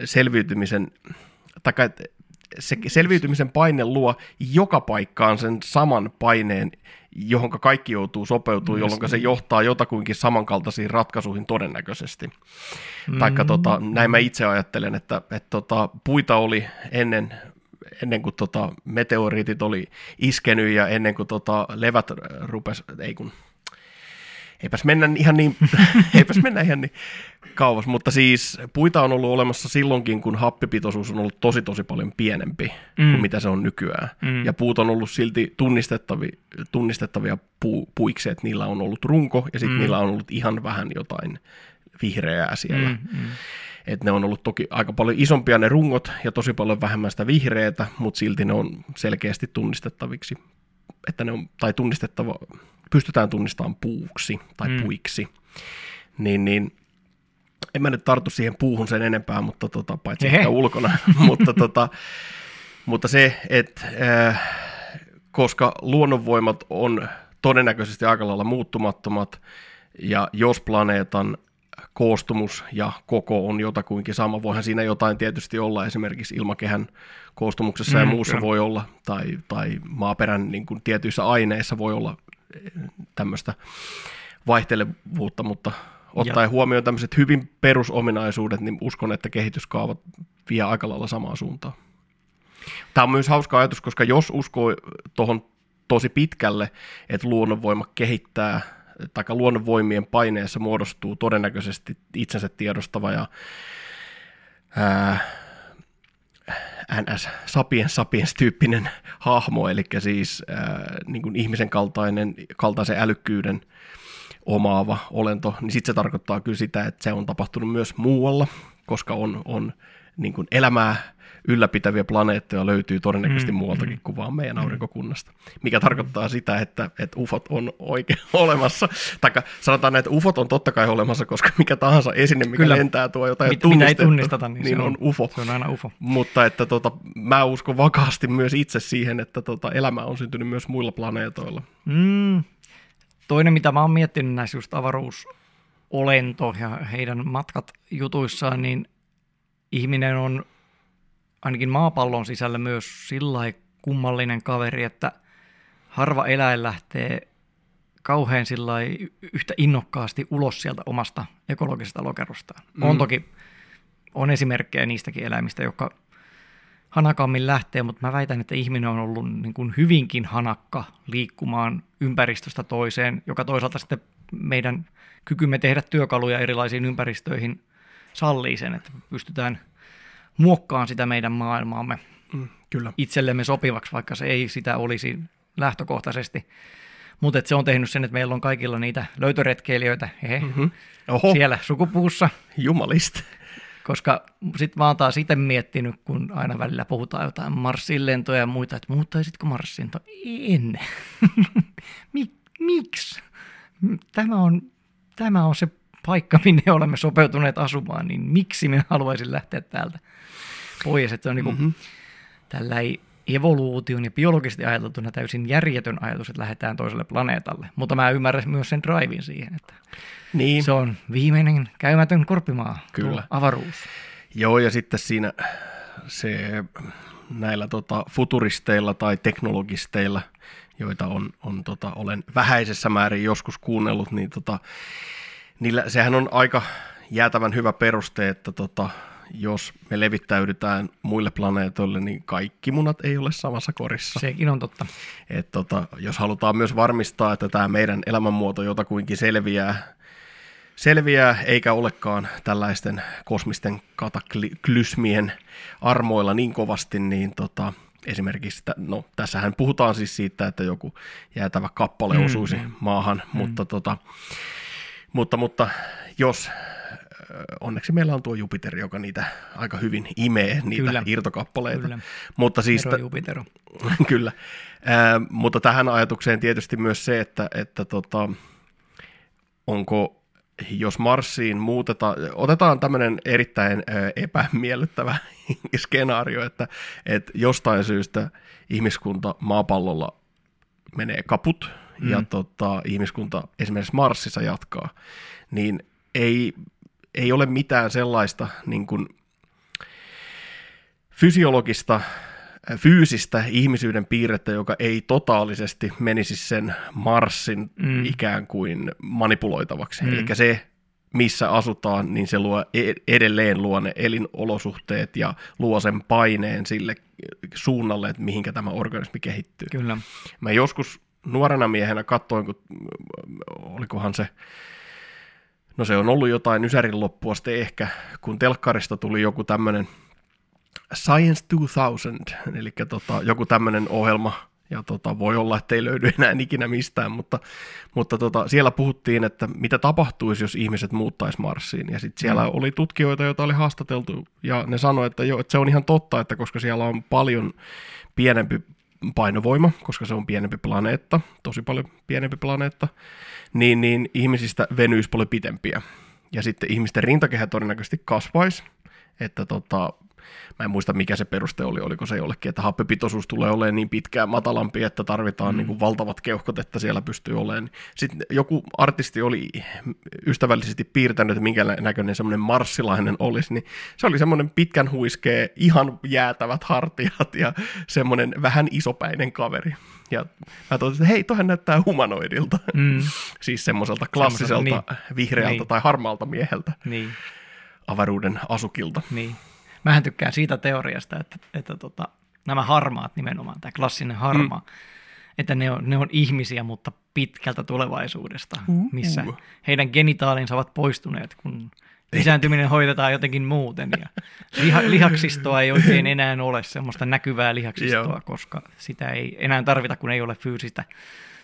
se selviytymisen paine luo joka paikkaan sen saman paineen, johon kaikki joutuu sopeutumaan, jolloin se johtaa jotakuinkin samankaltaisiin ratkaisuihin todennäköisesti. Taikka näin mä itse ajattelen, että puita oli ennen kuin meteoriitit oli iskenyt ja ennen kuin levät rupesi, eipäs mennä ihan niin kauas, mutta siis puita on ollut olemassa silloinkin, kun happipitoisuus on ollut tosi paljon pienempi kuin mitä se on nykyään. Ja puut on ollut silti tunnistettavia puiksi, että niillä on ollut runko ja sitten niillä on ollut ihan vähän jotain vihreää siellä. Et ne on ollut toki aika paljon isompia ne rungot ja tosi paljon vähemmän sitä vihreätä, mutta silti ne on selkeästi tunnistettaviksi, että ne on, tai pystytään tunnistamaan puuksi tai puiksi. Niin en mä nyt tartu siihen puuhun sen enempää, mutta paitsi ehkä ulkona. mutta se, että koska luonnonvoimat on todennäköisesti aika lailla muuttumattomat, ja jos planeetan koostumus ja koko on jotakuinkin sama, voihan siinä jotain tietysti olla, esimerkiksi ilmakehän koostumuksessa ja muussa voi olla, tai maaperän niin kuin tietyissä aineissa voi olla tämmöistä vaihtelevuutta, mutta ottaen huomioon tämmöiset hyvin perusominaisuudet, niin uskon, että kehityskaavat vie aika lailla samaan suuntaan. Tämä on myös hauska ajatus, koska jos uskoo tuohon tosi pitkälle, että luonnonvoima kehittää, tai luonnonvoimien paineessa muodostuu todennäköisesti itsensä tiedostava ja NS sapiens-tyyppinen hahmo, eli siis niin kuin ihmisen kaltaisen älykkyyden omaava olento, niin sitten se tarkoittaa kyllä sitä, että se on tapahtunut myös muualla, koska on niin kuin elämää ylläpitäviä planeettoja löytyy todennäköisesti muualtakin kuin vaan meidän aurinkokunnasta. Mikä tarkoittaa sitä, että UFOt on oikein olemassa. Tai sanotaan, että UFOt on totta kai olemassa, koska mikä tahansa esine, mikä kyllä lentää tuo jotain mitä ei tunnisteta, niin on UFO. Se on aina UFO. Mutta että mä uskon vakaasti myös itse siihen, että elämä on syntynyt myös muilla planeetoilla. Toinen, mitä mä oon miettinyt näissä just avaruusolento ja heidän matkat jutuissaan, niin ihminen on ainakin maapallon sisällä myös sillai kummallinen kaveri, että harva eläin lähtee kauhean sillai yhtä innokkaasti ulos sieltä omasta ekologisesta lokerostaan. On esimerkkejä niistäkin eläimistä, jotka hanakammin lähtee, mutta mä väitän, että ihminen on ollut niin kuin hyvinkin hanakka liikkumaan ympäristöstä toiseen, joka toisaalta sitten meidän kykymme tehdä työkaluja erilaisiin ympäristöihin sallii sen, että pystytään muokkaamaan sitä meidän maailmaamme kyllä itsellemme sopivaksi, vaikka se ei sitä olisi lähtökohtaisesti. Mutta se on tehnyt sen, että meillä on kaikilla niitä löytöretkeilijöitä siellä sukupuussa. Jumalista. Koska sitten mä oon taas itse miettinyt, kun aina välillä puhutaan jotain Marsin lentoja ja muita, että muuttaisitko Marsin? En. Miksi? Tämä on se paikka, minne olemme sopeutuneet asumaan, niin miksi minä haluaisin lähteä täältä pois? Että se on niin tällä evoluution ja biologisesti ajateltuna täysin järjetön ajatus, että lähdetään toiselle planeetalle. Mutta mä ymmärrän myös sen drivein siihen, että se on viimeinen käymätön korppimaa, kyllä, avaruus. Joo, ja sitten siinä näillä futuristeilla tai teknologisteilla, joita olen vähäisessä määrin joskus kuunnellut, niin sehän on aika jäätävän hyvä peruste, että jos me levittäydytään muille planeetoille, niin kaikki munat ei ole samassa korissa. Sekin on totta. Jos halutaan myös varmistaa, että tämä meidän elämänmuoto jotakuinkin selviää eikä olekaan tällaisten kosmisten kataklysmien armoilla niin kovasti, niin esimerkiksi, tässähän puhutaan siis siitä, että joku jäätävä kappale osuisi maahan, mutta jos onneksi meillä on tuo Jupiter, joka niitä aika hyvin imee, niitä kyllä, irtokappaleita. Kyllä. Mutta siis Jupitero. Kyllä. Mutta tähän ajatukseen tietysti myös se, että onko, jos Marsiin otetaan tämmöinen erittäin epämiellyttävä skenaario, että jostain syystä ihmiskunta maapallolla menee kaput ja ihmiskunta esimerkiksi Marsissa jatkaa, niin ei ole mitään sellaista niin kuin fyysistä ihmisyyden piirrettä, joka ei totaalisesti menisi sen Marsin ikään kuin manipuloitavaksi. Eli se, missä asutaan, niin se edelleen luo ne elinolosuhteet ja luo sen paineen sille suunnalle, että mihinkä tämä organismi kehittyy. Kyllä. Mä joskus nuorena miehenä katsoin, olikohan se, se on ollut jotain Ysärin loppua sitten ehkä, kun telkkarista tuli joku tämmöinen Science 2000, eli joku tämmöinen ohjelma, ja voi olla, että ei löydy enää ikinä mistään, mutta siellä puhuttiin, että mitä tapahtuisi, jos ihmiset muuttaisi Marsiin, ja sitten siellä oli tutkijoita, joita oli haastateltu, ja ne sanoi, että se on ihan totta, että koska siellä on paljon pienempi painovoima, koska se on pienempi planeetta, tosi paljon pienempi planeetta, niin ihmisistä venyisi paljon pitempiä. Ja sitten ihmisten rintakehä todennäköisesti kasvaisi, että mä en muista mikä se peruste oli, oliko se jollekin, että happipitoisuus tulee olemaan niin pitkään matalampi, että tarvitaan niin kuin valtavat keuhkot, että siellä pystyy olemaan. Sitten joku artisti oli ystävällisesti piirtänyt, että minkä näköinen semmoinen marssilainen olisi, niin se oli semmoinen pitkän huiskea, ihan jäätävät hartiat ja semmoinen vähän isopäinen kaveri. Ja mä totesin, että hei, toihan näyttää humanoidilta. Siis semmoiselta klassiselta vihreältä tai harmaalta mieheltä. Niin. Avaruuden asukilta. Niin. Mähän tykkään siitä teoriasta, että nämä harmaat nimenomaan, tämä klassinen harmaa, että ne on ihmisiä, mutta pitkältä tulevaisuudesta, missä heidän genitaalinsa ovat poistuneet, kun lisääntyminen hoidetaan jotenkin muuten. Ja lihaksistoa ei oikein enää ole, semmoista näkyvää lihaksistoa, koska sitä ei enää tarvita, kun ei ole fyysistä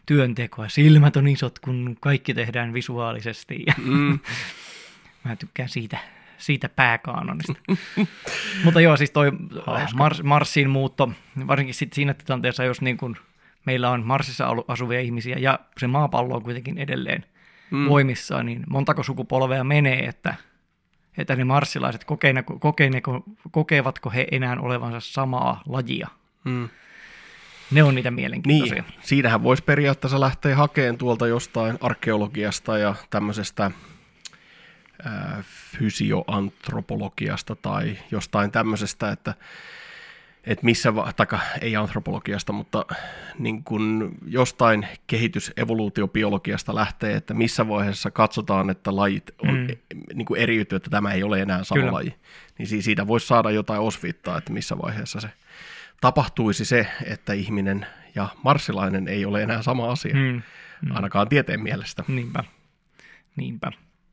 työntekoa. Silmät on isot, kun kaikki tehdään visuaalisesti. Mä tykkään siitä pääkaanonista. Mutta joo, siis toi Marsiin muutto, varsinkin sit siinä tilanteessa, jos niin kun meillä on Marsissa asuvia ihmisiä ja se maapallo on kuitenkin edelleen voimissaan, niin montako sukupolvea menee, että ne marssilaiset kokevatko he enää olevansa samaa lajia. Ne on niitä mielenkiintoisia. Niin, siinähän voisi periaatteessa lähteä hakemaan tuolta jostain arkeologiasta ja tämmöisestä fysioantropologiasta tai jostain tämmöisestä, että ei antropologiasta, mutta niin kuin jostain evoluutiobiologiasta lähtee, että missä vaiheessa katsotaan, että lajit on niin kuin eriytyy, että tämä ei ole enää sama laji. Niin siitä voisi saada jotain osviittaa, että missä vaiheessa se tapahtuisi se, että ihminen ja marssilainen ei ole enää sama asia, ainakaan tieteen mielestä. Niinpä.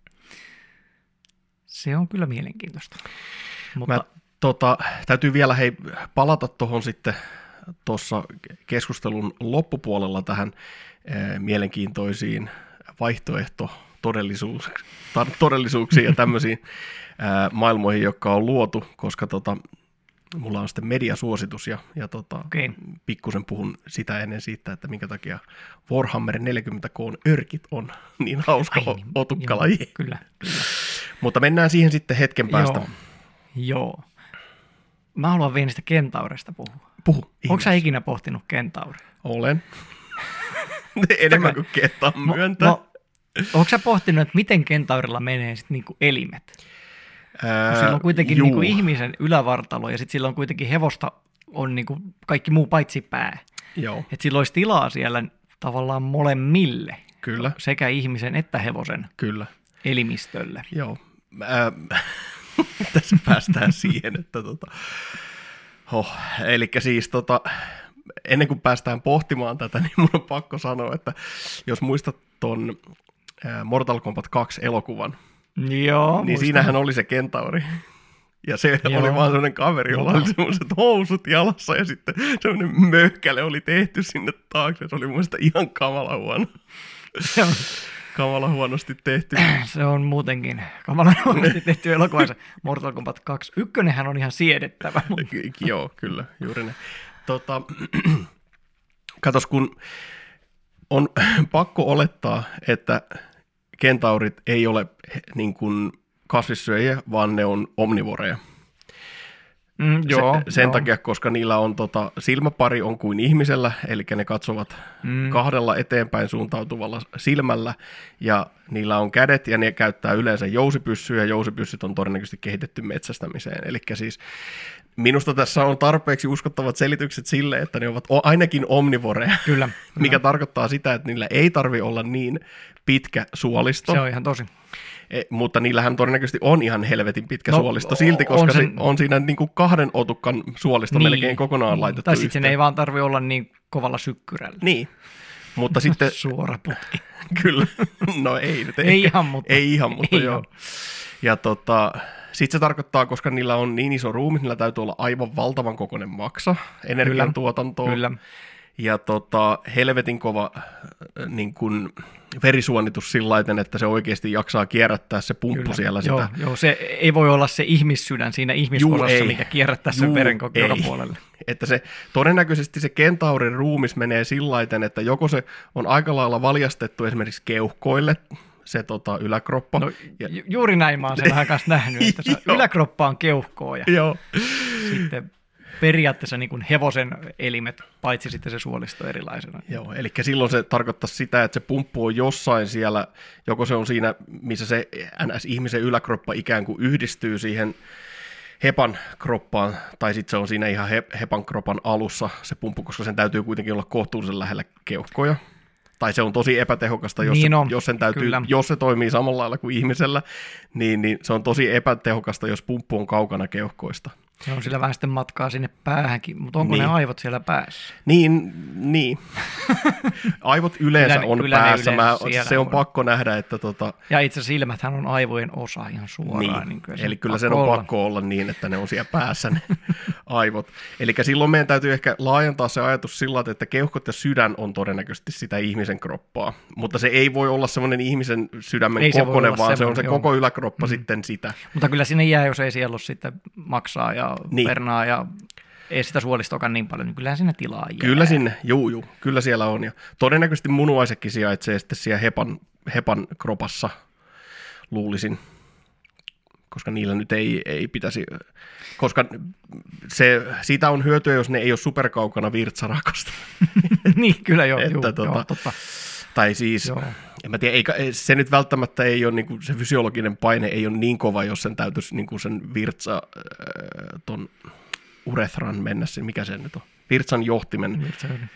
Se on kyllä mielenkiintoista. Mutta täytyy vielä palata tuohon sitten tuossa keskustelun loppupuolella tähän mielenkiintoisiin vaihtoehtotodellisuuksiin ja tämmöisiin maailmoihin, jotka on luotu, koska mulla on sitten mediasuositus ja pikkusen puhun sitä ennen siitä, että minkä takia Warhammer 40K:n örkit on niin hauska otukkalaji. Kyllä. Mutta mennään siihen sitten hetken päästä. Joo. Mä haluan vielä niistä kentaurista puhua. Puhu. Onko sä ikinä pohtinut kentauria? Olen. Enemmän kuin kehtaa myöntää. Onko sä pohtinut, että miten kentaurilla menee sitten niinku elimet? Sillä on kuitenkin niinku ihmisen ylävartalo ja sitten sillä on kuitenkin hevosta on niinku kaikki muu paitsi pää. Joo. Että sillä olisi tilaa siellä tavallaan molemmille. Kyllä. Sekä ihmisen että hevosen elimistölle. Joo. Tässä päästään siihen, että eli siis ennen kuin päästään pohtimaan tätä, niin mun on pakko sanoa, että jos muistat ton Mortal Kombat 2 elokuvan, niin siinähän oli se kentauri. Ja se oli vaan sellainen kaveri, jolla oli semmoiset housut jalassa ja sitten semmoinen möhkäle oli tehty sinne taakse. Se oli mun mielestä ihan kamala huono. Kamala huonosti tehty. Se on muutenkin kamala huonosti tehty elokuvassa. Mortal Kombat 2. Ykkönenhän on ihan siedettävä. Joo, kyllä, juuri ne. Katos, kun on pakko olettaa, että kentaurit ei ole niin kuin kasvissyöjiä, vaan ne on omnivoreja. Sen takia, koska niillä on silmäpari on kuin ihmisellä, eli ne katsovat kahdella eteenpäin suuntautuvalla silmällä, ja niillä on kädet, ja ne käyttää yleensä jousipyssyä, ja jousipyssyt on todennäköisesti kehitetty metsästämiseen. Eli siis minusta tässä on tarpeeksi uskottavat selitykset sille, että ne ovat ainakin omnivoreja, kyllä. Mikä tarkoittaa sitä, että niillä ei tarvitse olla niin pitkä suolisto. Se on ihan tosi. Mutta niillähän todennäköisesti on ihan helvetin pitkä suolisto silti, koska on siinä niin kuin 2 otukkan suolisto melkein kokonaan laitettu tai sitten sen ei vaan tarvitse olla niin kovalla sykkyrällä. Niin, mutta sitten suora putki. Kyllä, no ei nyt ei ihan, mutta joo. Ja sitten se tarkoittaa, koska niillä on niin iso ruumi, niillä täytyy olla aivan valtavan kokoinen maksa energiantuotantoon. Kyllä. Ja helvetin kova niin kun verisuonitus sillaiten, että se oikeasti jaksaa kierrättää se pumppu siellä sitä. Joo, se ei voi olla se ihmissydän siinä ihmisosassa, mikä kierrättää sen veren joka puolelle. Että todennäköisesti se kentaurin ruumis menee sillaiten, että joko se on aika lailla valjastettu esimerkiksi keuhkoille, se yläkroppa. No, juuri näin mä oon sen vähän kanssa nähnyt, että se yläkroppa on keuhkoa ja sitten periaatteessa niin kuin hevosen elimet, paitsi sitten se suolisto erilaisena. Joo, eli silloin se tarkoittaa sitä, että se pumppu on jossain siellä, joko se on siinä, missä se NS-ihmisen yläkroppa ikään kuin yhdistyy siihen hepan kroppaan, tai sitten se on siinä ihan hepan kroppan alussa se pumppu, koska sen täytyy kuitenkin olla kohtuullisen lähellä keuhkoja. Tai se on tosi epätehokasta, jos se toimii samalla lailla kuin ihmisellä, niin se on tosi epätehokasta, jos pumppu on kaukana keuhkoista. Se on sillä vähän sitten matkaa sinne päähänkin, mutta onko ne aivot siellä päässä? Niin. Aivot yleensä on päässä. Se on pakko nähdä, että... Ja itse silmäthän on aivojen osa ihan suoraan. Niin eli kyllä sen on pakko olla niin, että ne on siellä päässä ne aivot. Eli silloin meidän täytyy ehkä laajentaa se ajatus sillä tavalla, että keuhkot ja sydän on todennäköisesti sitä ihmisen kroppaa. Mutta se ei voi olla semmoinen ihmisen sydämen kokoinen, vaan se on se koko yläkroppa sitten sitä. Mutta kyllä sinne jää, jos ei siellä ole sitten maksaa ja pernaa ja ei sitä suolistoakaan niin paljon, niin kyllähän sinne tilaa jää. Kyllä sinne, juu, kyllä siellä on. Ja todennäköisesti munuaisetkin sijaitsee sitten siellä hepan kropassa, luulisin, koska niillä nyt ei pitäisi, koska siitä on hyötyä, jos ne ei ole superkaukana virtsarakosta. Niin, kyllä joo, totta. Tai siis, en mä tiedä, se nyt välttämättä ei ole, niin kuin, se fysiologinen paine ei ole niin kova, jos sen täytyisi niin kuin sen ton urethran mennä, mikä se nyt on? Virtsan johtimen.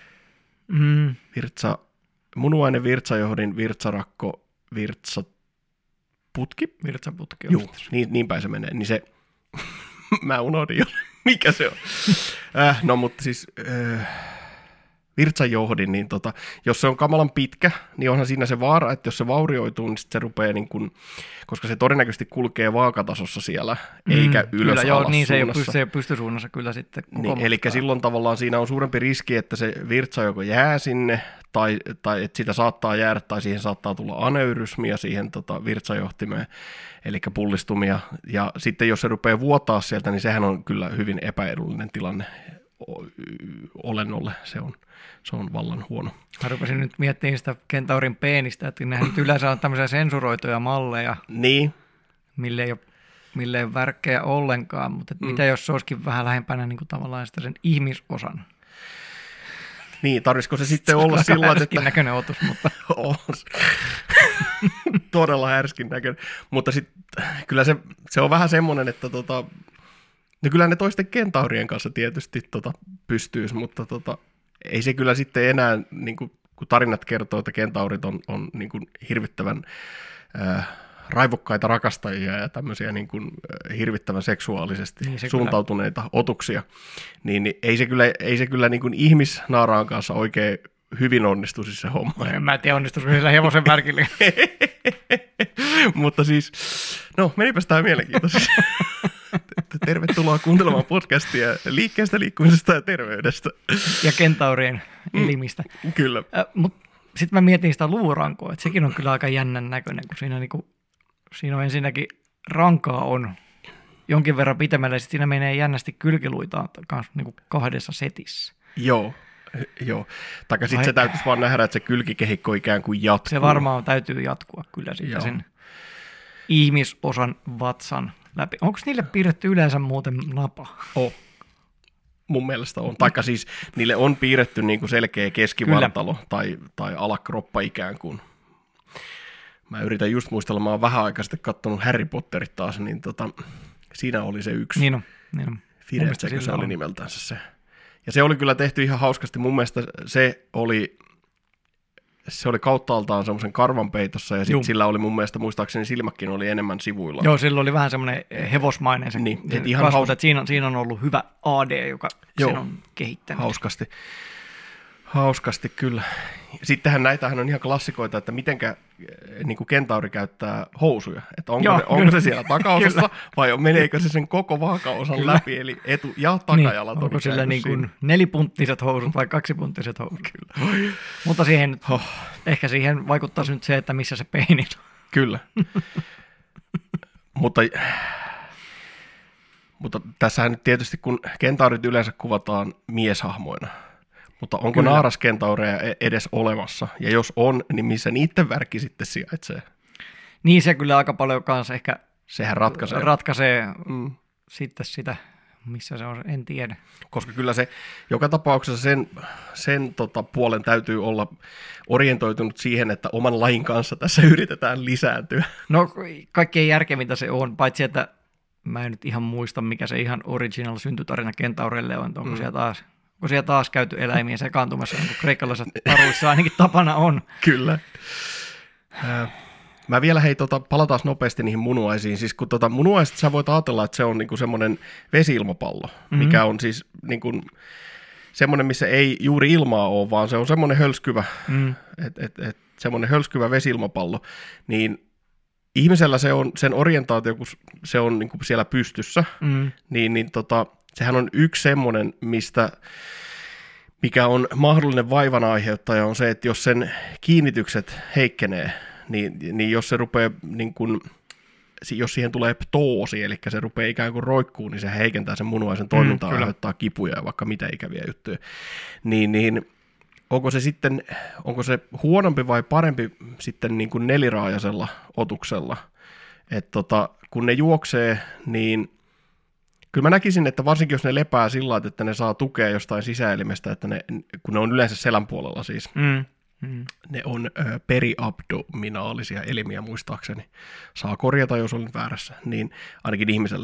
Munuainen, virtsajohdin, virtsarakko, virtsaputki. Virtsaputki. Joo, niin päin se menee. Niin se, mä unohdin jo, mikä se on. No, mutta siis... virtsajohdin, niin jos se on kamalan pitkä, niin onhan siinä se vaara, että jos se vaurioituu, niin sit se rupeaa, niin kun, koska se todennäköisesti kulkee vaakatasossa siellä, eikä ylös kyllä, alas niin suunnassa. Se ei ole pystysuunnassa kyllä sitten koko niin, eli silloin tavallaan siinä on suurempi riski, että se virtsa joko jää sinne, tai että sitä saattaa jäädä, tai siihen saattaa tulla aneurysmia siihen virtsajohtimeen, eli pullistumia, ja sitten jos se rupeaa vuotaa sieltä, niin sehän on kyllä hyvin epäedullinen tilanne olennolle, se on vallan huono. Mä rupesin nyt miettimään sitä Kentaurin peenistä, että nehän nyt yleensä on tämmöisiä sensuroituja malleja, niin. mille ei ole värkkejä ollenkaan, mutta mitä jos se olisikin vähän lähempänä niin kuin tavallaan sitä sen ihmisosan? Niin, tarvitsisiko se sitten olla sillä tavalla, että... näköinen otus, mutta... Todella härskin näköinen, mutta sitten kyllä se on vähän semmoinen, että no kyllä ne toisten kentaurien kanssa tietysti pystyisi, mutta ei se kyllä sitten enää, niin kun tarinat kertoo, että kentaurit on niin kuin hirvittävän raivokkaita rakastajia ja tämmöisiä niin kuin hirvittävän seksuaalisesti suuntautuneita otuksia, niin ei se kyllä niin kuin ihmisnaaraan kanssa oikein hyvin onnistuisi se homma. En mä tiedä, onnistuisi sillä hevosen värkillä. Mutta siis, no menipäs tämä mielenkiintoisesti. Tervetuloa kuuntelemaan podcastia liikkeestä, liikkumisesta ja terveydestä. Ja kentaurien elimistä. Kyllä. Mutta sitten mä mietin sitä luurankoa, että sekin on kyllä aika jännän näköinen, kun siinä on ensinnäkin rankaa on jonkin verran pitemmälle, ja sitten siinä menee jännästi kylkiluita kanssa niin kahdessa setissä. Joo. Taikka sitten se täytyisi vaan nähdä, että se kylkikehikko ikään kuin jatkuu. Se varmaan täytyy jatkua kyllä sitten sen ihmisosan vatsan läpi. Onko niille piirretty yleensä muuten napa? Mun mielestä on. Taikka siis niille on piirretty niin kuin selkeä keskivartalo tai alakroppa ikään kuin. Mä yritän just muistella, mä oon vähän aikaa sitten katsonut Harry Potterit taas, niin siinä oli se yksi. Niin on. Firenzekö se oli nimeltänsä se. Ja se oli kyllä tehty ihan hauskasti. Mun mielestä se oli kauttaaltaan semmoisen karvan peitossa, ja sitten sillä oli mun mielestä, muistaakseni silmäkin oli enemmän sivuilla. Joo, sillä oli vähän semmoinen hevosmainen se ihan kasvot, että siinä on ollut hyvä AD, joka sen on kehittänyt. Hauskasti kyllä. Sittenhän näitähän on ihan klassikoita, että mitenkä niin kuin kentauri käyttää housuja. Että onko se siellä takaosassa vai meneekö se sen koko vaakaosan läpi, eli etu- ja takajalat. Niin, onko sillä niin kuin nelipunttiset housut vai kaksipunttiset housut? Kyllä. Mutta ehkä siihen vaikuttaisi nyt se, että missä se peini on. Kyllä. Mutta tässähän nyt tietysti, kun kentaurit yleensä kuvataan mieshahmoina, mutta onko naaraskentaureja edes olemassa? Ja jos on, niin missä niiden värki sitten sijaitsee? Niin se kyllä aika paljon kanssa ehkä sehän ratkaisee sitten sitä, missä se on, en tiedä. Koska kyllä se joka tapauksessa sen puolen täytyy olla orientoitunut siihen, että oman lajin kanssa tässä yritetään lisääntyä. No kaikkein järkevintä se on, paitsi että mä en nyt ihan muista, mikä se ihan original syntytarina kentaureille on, onko siellä taas käyty eläimiä sekaantumassa, niin kuin kreikkalaisissa taruissa ainakin tapana on. Kyllä. Mä vielä palataan nopeasti niihin munuaisiin. Siis kun munuaiset sä voit ajatella, että se on niinku semmoinen vesi-ilmapallo, mikä on siis niinku semmoinen, missä ei juuri ilmaa ole, vaan se on semmoinen hölskyvä, semmoinen hölskyvä vesi-ilmapallo, niin ihmisellä se on, sen orientaatio, kun se on niinku siellä pystyssä, sehän on yksi semmoinen, mikä on mahdollinen vaivan aiheuttaja, on se, että jos sen kiinnitykset heikkenee, niin jos se rupeaa, niin kun, jos siihen tulee ptoosi, eli se rupeaa ikään kuin roikkuun, niin se heikentää sen munuaisen toimintaa, aiheuttaa kipuja ja vaikka mitä ikäviä juttuja. Niin onko se huonompi vai parempi sitten niin kuin neliraajaisella otuksella? Että kun ne juoksee, niin kyllä mä näkisin, että varsinkin jos ne lepää sillä lailla, että ne saa tukea jostain sisäelimestä, että kun ne on yleensä selän puolella siis, ne on periabdominaalisia elimiä muistaakseni. Saa korjata, jos olen väärässä, niin ainakin ihmisellä.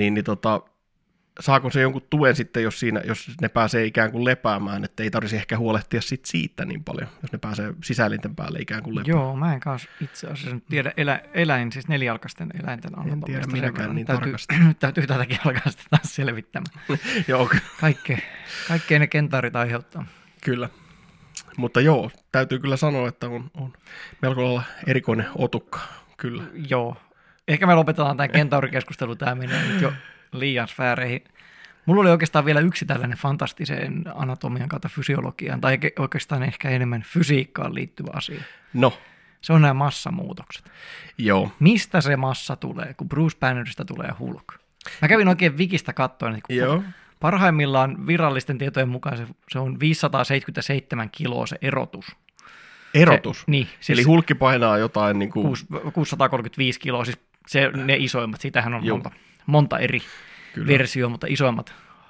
Saako se jonkun tuen sitten, jos ne pääsee ikään kuin lepäämään, että ei tarvitsisi ehkä huolehtia siitä niin paljon, jos ne pääsee sisäelinten päälle ikään kuin lepäämään. Joo, mä en kanssa itse asiassa tiedä siis nelijalkaisten eläinten anatomista. En tiedä minäkään niin tarkasti. Täytyy tätäkin alkaa sitten taas selvittämään. Joo. Kaikkea ne kentaarit aiheuttaa. Kyllä. Mutta joo, täytyy kyllä sanoa, että on melko lailla erikoinen otukka, kyllä. Joo. Ehkä me lopetetaan tämä kentaurikeskustelu, tämä menee nyt jo liian sfääreihin. Mulla oli oikeastaan vielä yksi tällainen fantastisen anatomian kautta fysiologiaan, tai oikeastaan ehkä enemmän fysiikkaan liittyvä asia. No. Se on nämä massamuutokset. Joo. Mistä se massa tulee, kun Bruce Bannerista tulee Hulk? Mä kävin oikein Wikistä katsoen, Joo. Parhaimmillaan virallisten tietojen mukaan se on 577 kiloa se erotus. Erotus? Niin. Siis eli Hulkki painaa jotain niin kuin 635 kiloa, siis ne isoimmat, siitähän on monta eri versioa, mutta isoimmat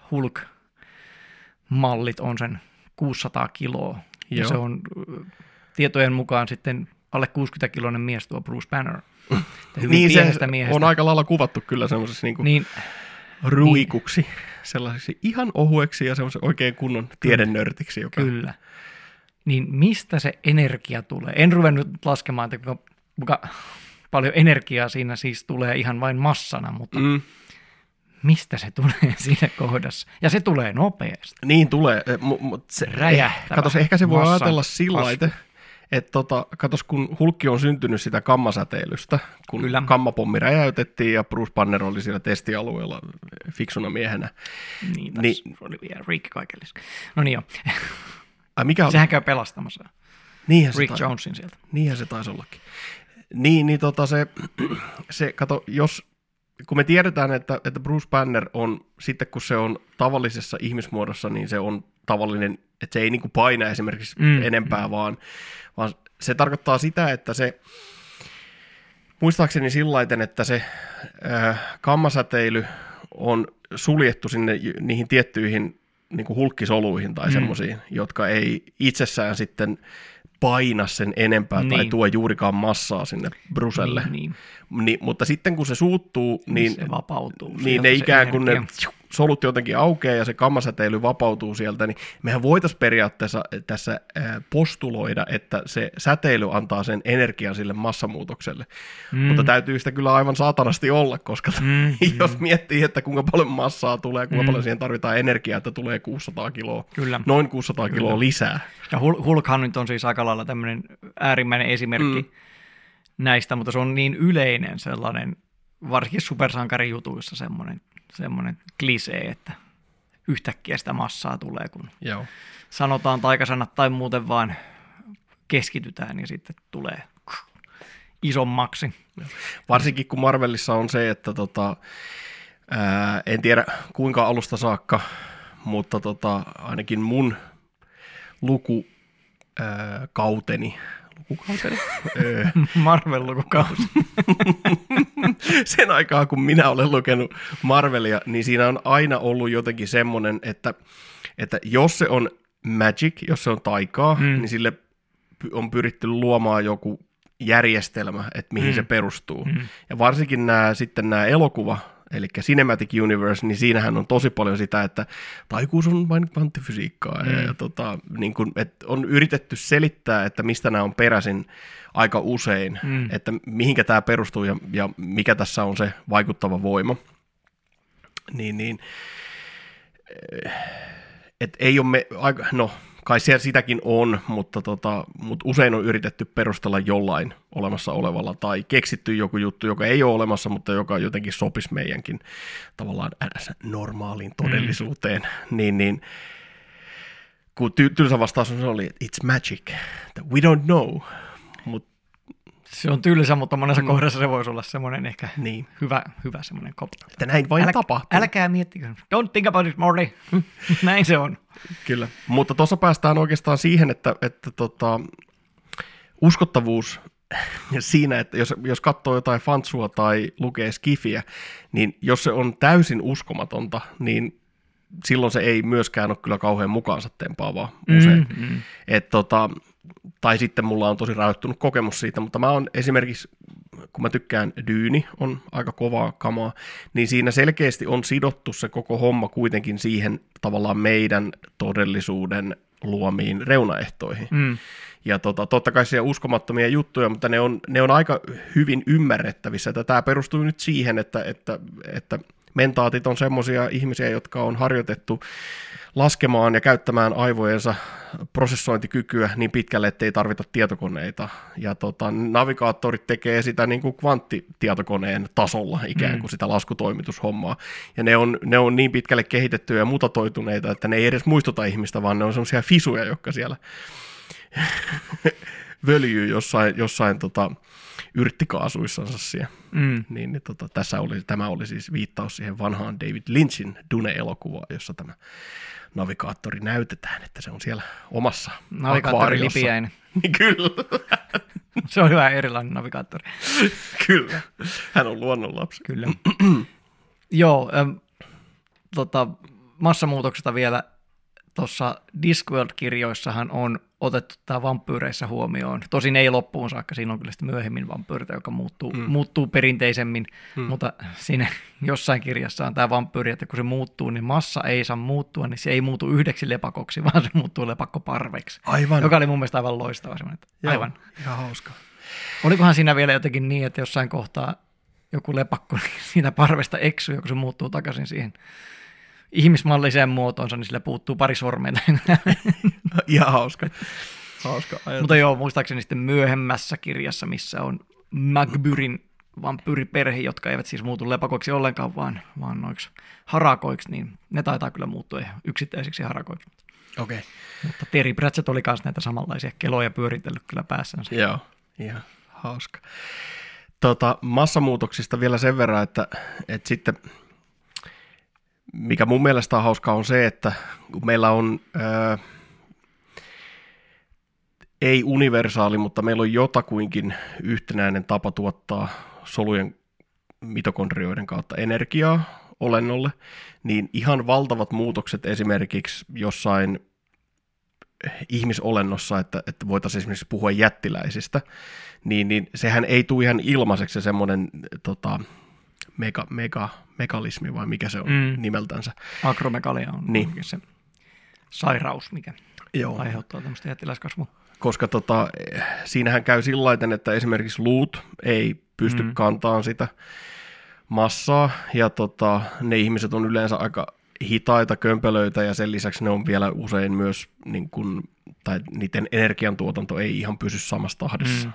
Hulk-mallit on sen 600 kiloa. Joo. Ja se on tietojen mukaan sitten alle 60-kiloinen mies tuo Bruce Banner. Niin se miehestä. On aika lailla kuvattu kyllä semmoisessa ruikuksi, sellaiseksi ihan ohueksi ja semmoisen oikein kunnon tiedennörtiksi. Kyllä. Niin mistä se energia tulee? En ruvennut laskemaan, että kuinka paljon energiaa siinä siis tulee ihan vain massana, mutta mistä se tulee siinä kohdassa? Ja se tulee nopeasti. Niin tulee. Räjähtävä. Katos, ehkä se voi ajatella sillä lailla, että katos, kun Hulkki on syntynyt sitä kammasäteilystä, kun kammapommi räjäytettiin ja Bruce Banner oli siellä testialueella fiksuna miehenä. Niin oli vielä Rick kaikellis. No niin joo. Sehän käy pelastamassa Rick Jonesin sieltä. Niinhän se taisi ollakin. Kato, kun me tiedetään, että Bruce Banner on, sitten kun se on tavallisessa ihmismuodossa, niin se on tavallinen, että se ei niin kuin paina esimerkiksi enempää, vaan se tarkoittaa sitä, että se, muistaakseni sillaiten, että se kammasäteily on suljettu sinne niihin tiettyihin niin kuin hulkkisoluihin tai semmoisiin, jotka ei itsessään sitten paina sen enempää tai tuo juurikaan massaa sinne Brucelle. Mutta sitten kun se suuttuu, niin se vapautuu. Niin ne ikään kuin ne solut jotenkin aukeaa ja se kammasäteily vapautuu sieltä, niin mehän voitaisiin periaatteessa tässä postuloida, että se säteily antaa sen energian sille massamuutokselle. Mutta täytyy sitä kyllä aivan saatanasti olla, koska jos miettii, että kuinka paljon massaa tulee, kuinka paljon siihen tarvitaan energiaa, että tulee 600 kiloa, noin 600 kiloa lisää. Ja Hulkhan nyt on siis aika lailla tämmöinen äärimmäinen esimerkki näistä, mutta se on niin yleinen sellainen, varsinkin supersankarijutuissa semmoinen klisee, että yhtäkkiä sitä massaa tulee, kun sanotaan taikasanat tai muuten vaan keskitytään, niin sitten tulee isommaksi. Varsinkin kun Marvelissa on se, että en tiedä kuinka alusta saakka, mutta ainakin mun lukukauteni, Marvel-lukukausi. Sen aikaa, kun minä olen lukenut Marvelia, niin siinä on aina ollut jotenkin semmoinen, että jos se on magic, jos se on taikaa, niin sille on pyritty luomaan joku järjestelmä, että mihin se perustuu. Ja varsinkin nämä elokuva, eli Cinematic Universe, niin siinähän on tosi paljon sitä, että taikuus on vain kvanttifysiikkaa, ja niin kuin, että on yritetty selittää, että mistä nämä on peräisin aika usein, että mihinkä tämä perustuu ja mikä tässä on se vaikuttava voima. Niin että ei ole kai siellä sitäkin on, mutta usein on yritetty perustella jollain olemassa olevalla tai keksitty joku juttu, joka ei ole olemassa, mutta joka jotenkin sopisi meidänkin tavallaan normaaliin todellisuuteen. Niin kun tylsä vastaus oli, että it's magic, that we don't know. Se on tylsä, mutta monessa kohdassa se voisi olla semmoinen ehkä hyvä semmoinen koppi. Että näin vain tapahtuu. Älkää miettikö. Don't think about it, Morty. Näin se on. Kyllä, mutta tuossa päästään oikeastaan siihen, että uskottavuus siinä, että jos katsoo jotain fansua tai lukee skifiä, niin jos se on täysin uskomatonta, niin silloin se ei myöskään ole kyllä kauhean mukaansa tempaavaa usein. Tai sitten mulla on tosi rajoittunut kokemus siitä, mutta mä oon esimerkiksi, kun mä tykkään Dyyni, on aika kovaa kamaa, niin siinä selkeästi on sidottu se koko homma kuitenkin siihen tavallaan meidän todellisuuden luomiin reunaehtoihin. Ja totta kai siellä uskomattomia juttuja, mutta ne on aika hyvin ymmärrettävissä. Tämä perustuu nyt siihen, että mentaatit on semmoisia ihmisiä, jotka on harjoitettu laskemaan ja käyttämään aivojensa prosessointikykyä niin pitkälle, ettei tarvita tietokoneita. Ja navigaattorit tekee sitä niin kuin kvanttitietokoneen tasolla ikään kuin sitä laskutoimitushommaa. Ja ne on niin pitkälle kehitettyjä ja mutatoituneita, että ne ei edes muistuta ihmistä, vaan ne on semmoisia fisuja, jotka siellä völjyy jossain yrttikaasuissansa siellä. Tämä oli siis viittaus siihen vanhaan David Lynchin Dune-elokuvaan, jossa tämä navigaattori näytetään, että se on siellä omassa navigaattori Lipiäinen. Kyllä. Se on hyvä erilainen navigaattori. Kyllä. Hän on luonnonlapsi. Kyllä. Joo, massamuutoksesta vielä. Tuossa Discworld-kirjoissahan on otettu tämä vampyyreissä huomioon. Tosin ei loppuun saakka, siinä on kyllä sitten myöhemmin vampyyritä, joka muuttuu perinteisemmin, mutta siinä jossain kirjassa on tämä vampyyri, että kun se muuttuu, niin massa ei saa muuttua, niin se ei muutu yhdeksi lepakoksi, vaan se muuttuu lepakkoparveksi. Aivan. Joka oli mun mielestä aivan loistava. Aivan. Ihan hauska. Olikohan siinä vielä jotenkin niin, että jossain kohtaa joku lepakko niin siitä parvesta eksyy, kun se muuttuu takaisin siihen ihmismalliseen muotoonsa, niin sillä puuttuu pari sormea. Ihan hauska Mutta joo, muistaakseni sitten myöhemmässä kirjassa, missä on Magbyrin vampyyriperhe, jotka eivät siis muutu lepakoiksi ollenkaan, vaan noiksi harakoiksi, niin ne taitaa kyllä muuttua yksittäisiksi harakoiksi. Okay. Mutta Terry Pratchett oli myös näitä samanlaisia keloja pyöritellyt kyllä päässänsä. Joo, ihan hauska. Massamuutoksista vielä sen verran, että sitten mikä mun mielestä on hauskaa on se, että kun meillä on ei universaali, mutta meillä on jotakuinkin yhtenäinen tapa tuottaa solujen mitokondrioiden kautta energiaa olennolle, niin ihan valtavat muutokset esimerkiksi jossain ihmisolennossa, että voitaisiin esimerkiksi puhua jättiläisistä, niin sehän ei tule ihan ilmaiseksi se semmoinen megalismi vai mikä se on nimeltänsä. Akromegalia on se sairaus, mikä aiheuttaa tämmöistä jättiläiskasvua. Koska siinähän käy sillä lailla, että esimerkiksi luut ei pysty kantamaan sitä massaa, ja ne ihmiset on yleensä aika hitaita kömpelöitä, ja sen lisäksi ne on vielä usein myös, niin kun, tai niiden energiantuotanto ei ihan pysy samassa tahdissa.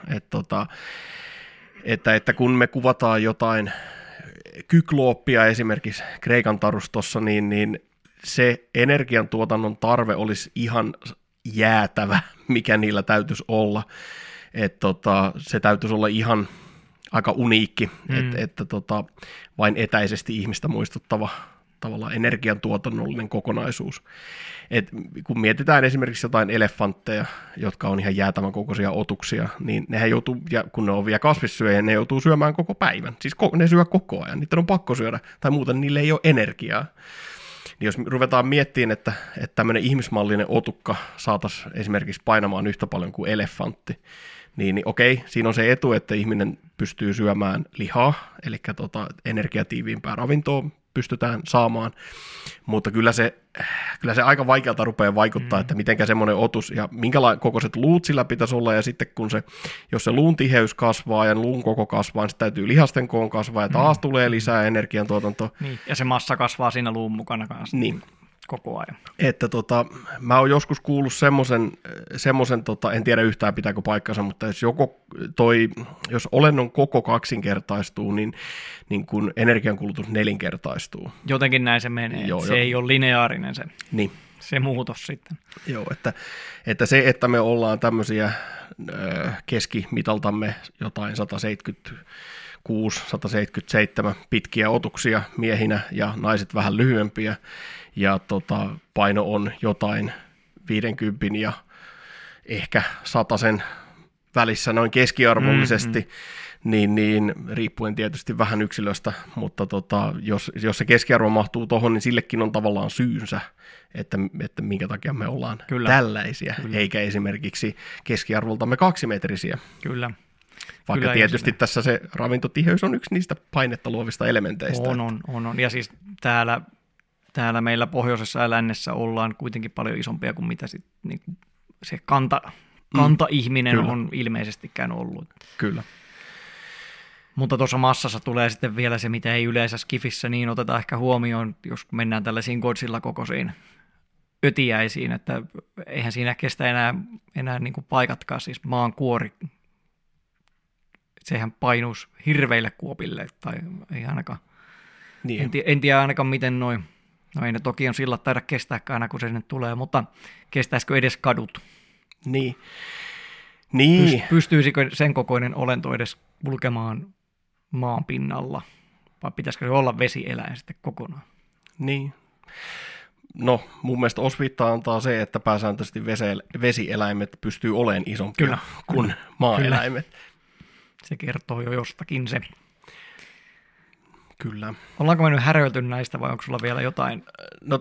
Että kun me kuvataan jotain kyklooppia esimerkiksi Kreikan tarustossa, niin se energiantuotannon tarve olisi ihan jäätävä, mikä niillä täytyisi olla. Se täytyisi olla ihan aika uniikki, että vain etäisesti ihmistä muistuttava tavallaan energiantuotannollinen kokonaisuus. Kun mietitään esimerkiksi jotain elefantteja, jotka on ihan jäätävän kokoisia otuksia, niin nehän joutuu, ja kun ne on vielä kasvissyöjä, ne joutuu syömään koko päivän. Siis ne syö koko ajan, niitä on pakko syödä, tai muuten niille ei ole energiaa. Niin jos ruvetaan miettimään, että tämmöinen ihmismallinen otukka saataisiin esimerkiksi painamaan yhtä paljon kuin elefantti, niin okei, siinä on se etu, että ihminen pystyy syömään lihaa, eli energiatiiviimpää ravintoa pystytään saamaan, mutta kyllä se aika vaikealta rupeaa vaikuttaa, että mitenkä semmoinen otus ja minkälainen kokoiset luut sillä pitäisi olla, ja sitten jos se luun tiheys kasvaa ja luun koko kasvaa, niin sitten täytyy lihasten koon kasvaa, ja taas tulee lisää energiantuotantoa. Niin, ja se massa kasvaa siinä luun mukana kanssa. Niin. Koko ajan. Että mä oon joskus kuullut semmoisen en tiedä yhtään pitääkö paikkansa, mutta jos olennon koko kaksinkertaistuu, niin kun energiankulutus nelinkertaistuu. Jotenkin näin se menee. Se ei ole lineaarinen niin. Se muutos sitten. Joo, että se, että me ollaan tämmöisiä keskimitaltamme jotain 176-177 pitkiä otuksia miehinä ja naiset vähän lyhyempiä, ja paino on jotain 50 ja ehkä 100 välissä noin keskiarvollisesti, niin riippuen tietysti vähän yksilöstä, mutta jos se keskiarvo mahtuu tuohon, niin sillekin on tavallaan syynsä, että minkä takia me ollaan tällaisia, eikä esimerkiksi keskiarvoltamme 2-metrisiä. Kyllä. Vaikka kyllä tietysti tässä se ravintotiheys on yksi niistä painetta luovista elementeistä. On. Ja siis täällä meillä pohjoisessa ja lännessä ollaan kuitenkin paljon isompia kuin mitä niin se kanta-ihminen on ilmeisestikään ollut. Kyllä. Mutta tuossa massassa tulee sitten vielä se, mitä ei yleensä skifissä niin oteta ehkä huomioon, jos mennään tällaisiin Godzilla-kokoisiin ötiäisiin, että eihän siinä kestä enää niin kuin paikatkaan, siis maan kuori, sehän painuisi hirveille kuopille, tai ei ainakaan, niin. En tiedä ainakaan miten noin. No ei ne toki on sillat taida kestääkään aina, kun se sinne tulee, mutta kestäisikö edes kadut? Niin. Pystyisikö sen kokoinen olento edes kulkemaan maan pinnalla? Vai pitäisikö se olla vesieläin sitten kokonaan? Niin. No, mun mielestä osviittaa antaa se, että pääsääntöisesti vesieläimet pystyy olemaan isompia kuin maaeläimet. Kyllä. Se kertoo jo jostakin se. Kyllä. Ollaanko me nyt häröilty näistä vai onko sulla vielä jotain? No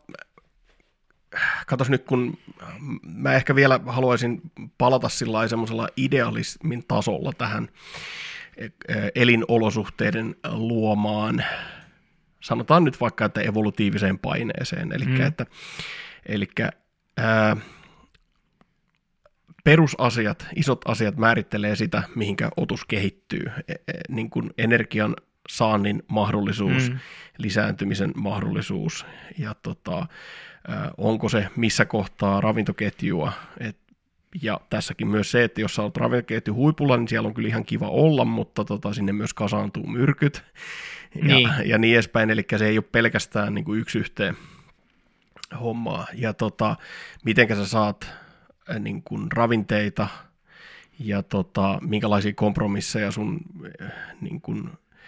katos nyt, kun mä ehkä vielä haluaisin palata semmoisella idealismin tasolla tähän elinolosuhteiden luomaan, sanotaan nyt vaikka, että evolutiiviseen paineeseen. Eli perusasiat, isot asiat määrittelee sitä, mihinkä otus kehittyy, niin kuin energian saannin mahdollisuus, lisääntymisen mahdollisuus ja onko se missä kohtaa ravintoketjua. Ja tässäkin myös se, että jos sä olet ravintoketju huipulla, niin siellä on kyllä ihan kiva olla, mutta sinne myös kasaantuu myrkyt ja niin edespäin. Eli se ei ole pelkästään niin kuin yksi yhteen hommaa. Ja mitenkä sä saat niin kuin ravinteita ja minkälaisia kompromisseja sun niin kuin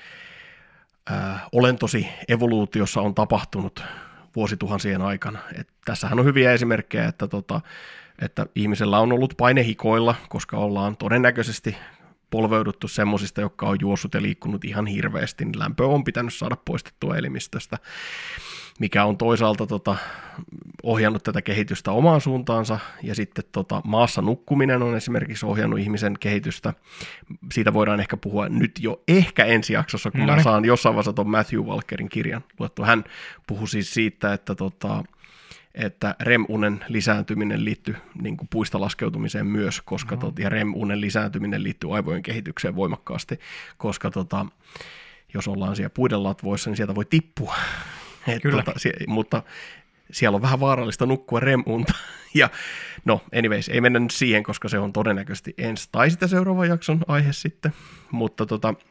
olentosi evoluutiossa on tapahtunut vuosituhansien aikana. Tässähän on hyviä esimerkkejä, että ihmisellä on ollut paine hikoilla, koska ollaan todennäköisesti polveuduttu semmoisista, jotka on juossut ja liikkunut ihan hirveästi, niin lämpö on pitänyt saada poistettua elimistöstä, mikä on toisaalta ohjannut tätä kehitystä omaan suuntaansa, ja sitten maassa nukkuminen on esimerkiksi ohjannut ihmisen kehitystä. Siitä voidaan ehkä puhua nyt jo ehkä ensi jaksossa, kun mä saan jossain vaiheessa tuon Matthew Walkerin kirjan luettu. Hän puhui siis siitä, että REM-unen lisääntyminen liittyy niin kuin puista laskeutumiseen myös, koska ja REM-unen lisääntyminen liittyy aivojen kehitykseen voimakkaasti, koska jos ollaan siellä puiden latvoissa, niin sieltä voi tippua. Mutta siellä on vähän vaarallista nukkua REM-unta. Ja no, anyways, ei mennä nyt siihen, koska se on todennäköisesti ensi tai sitä seuraavan jakson aihe sitten. Mutta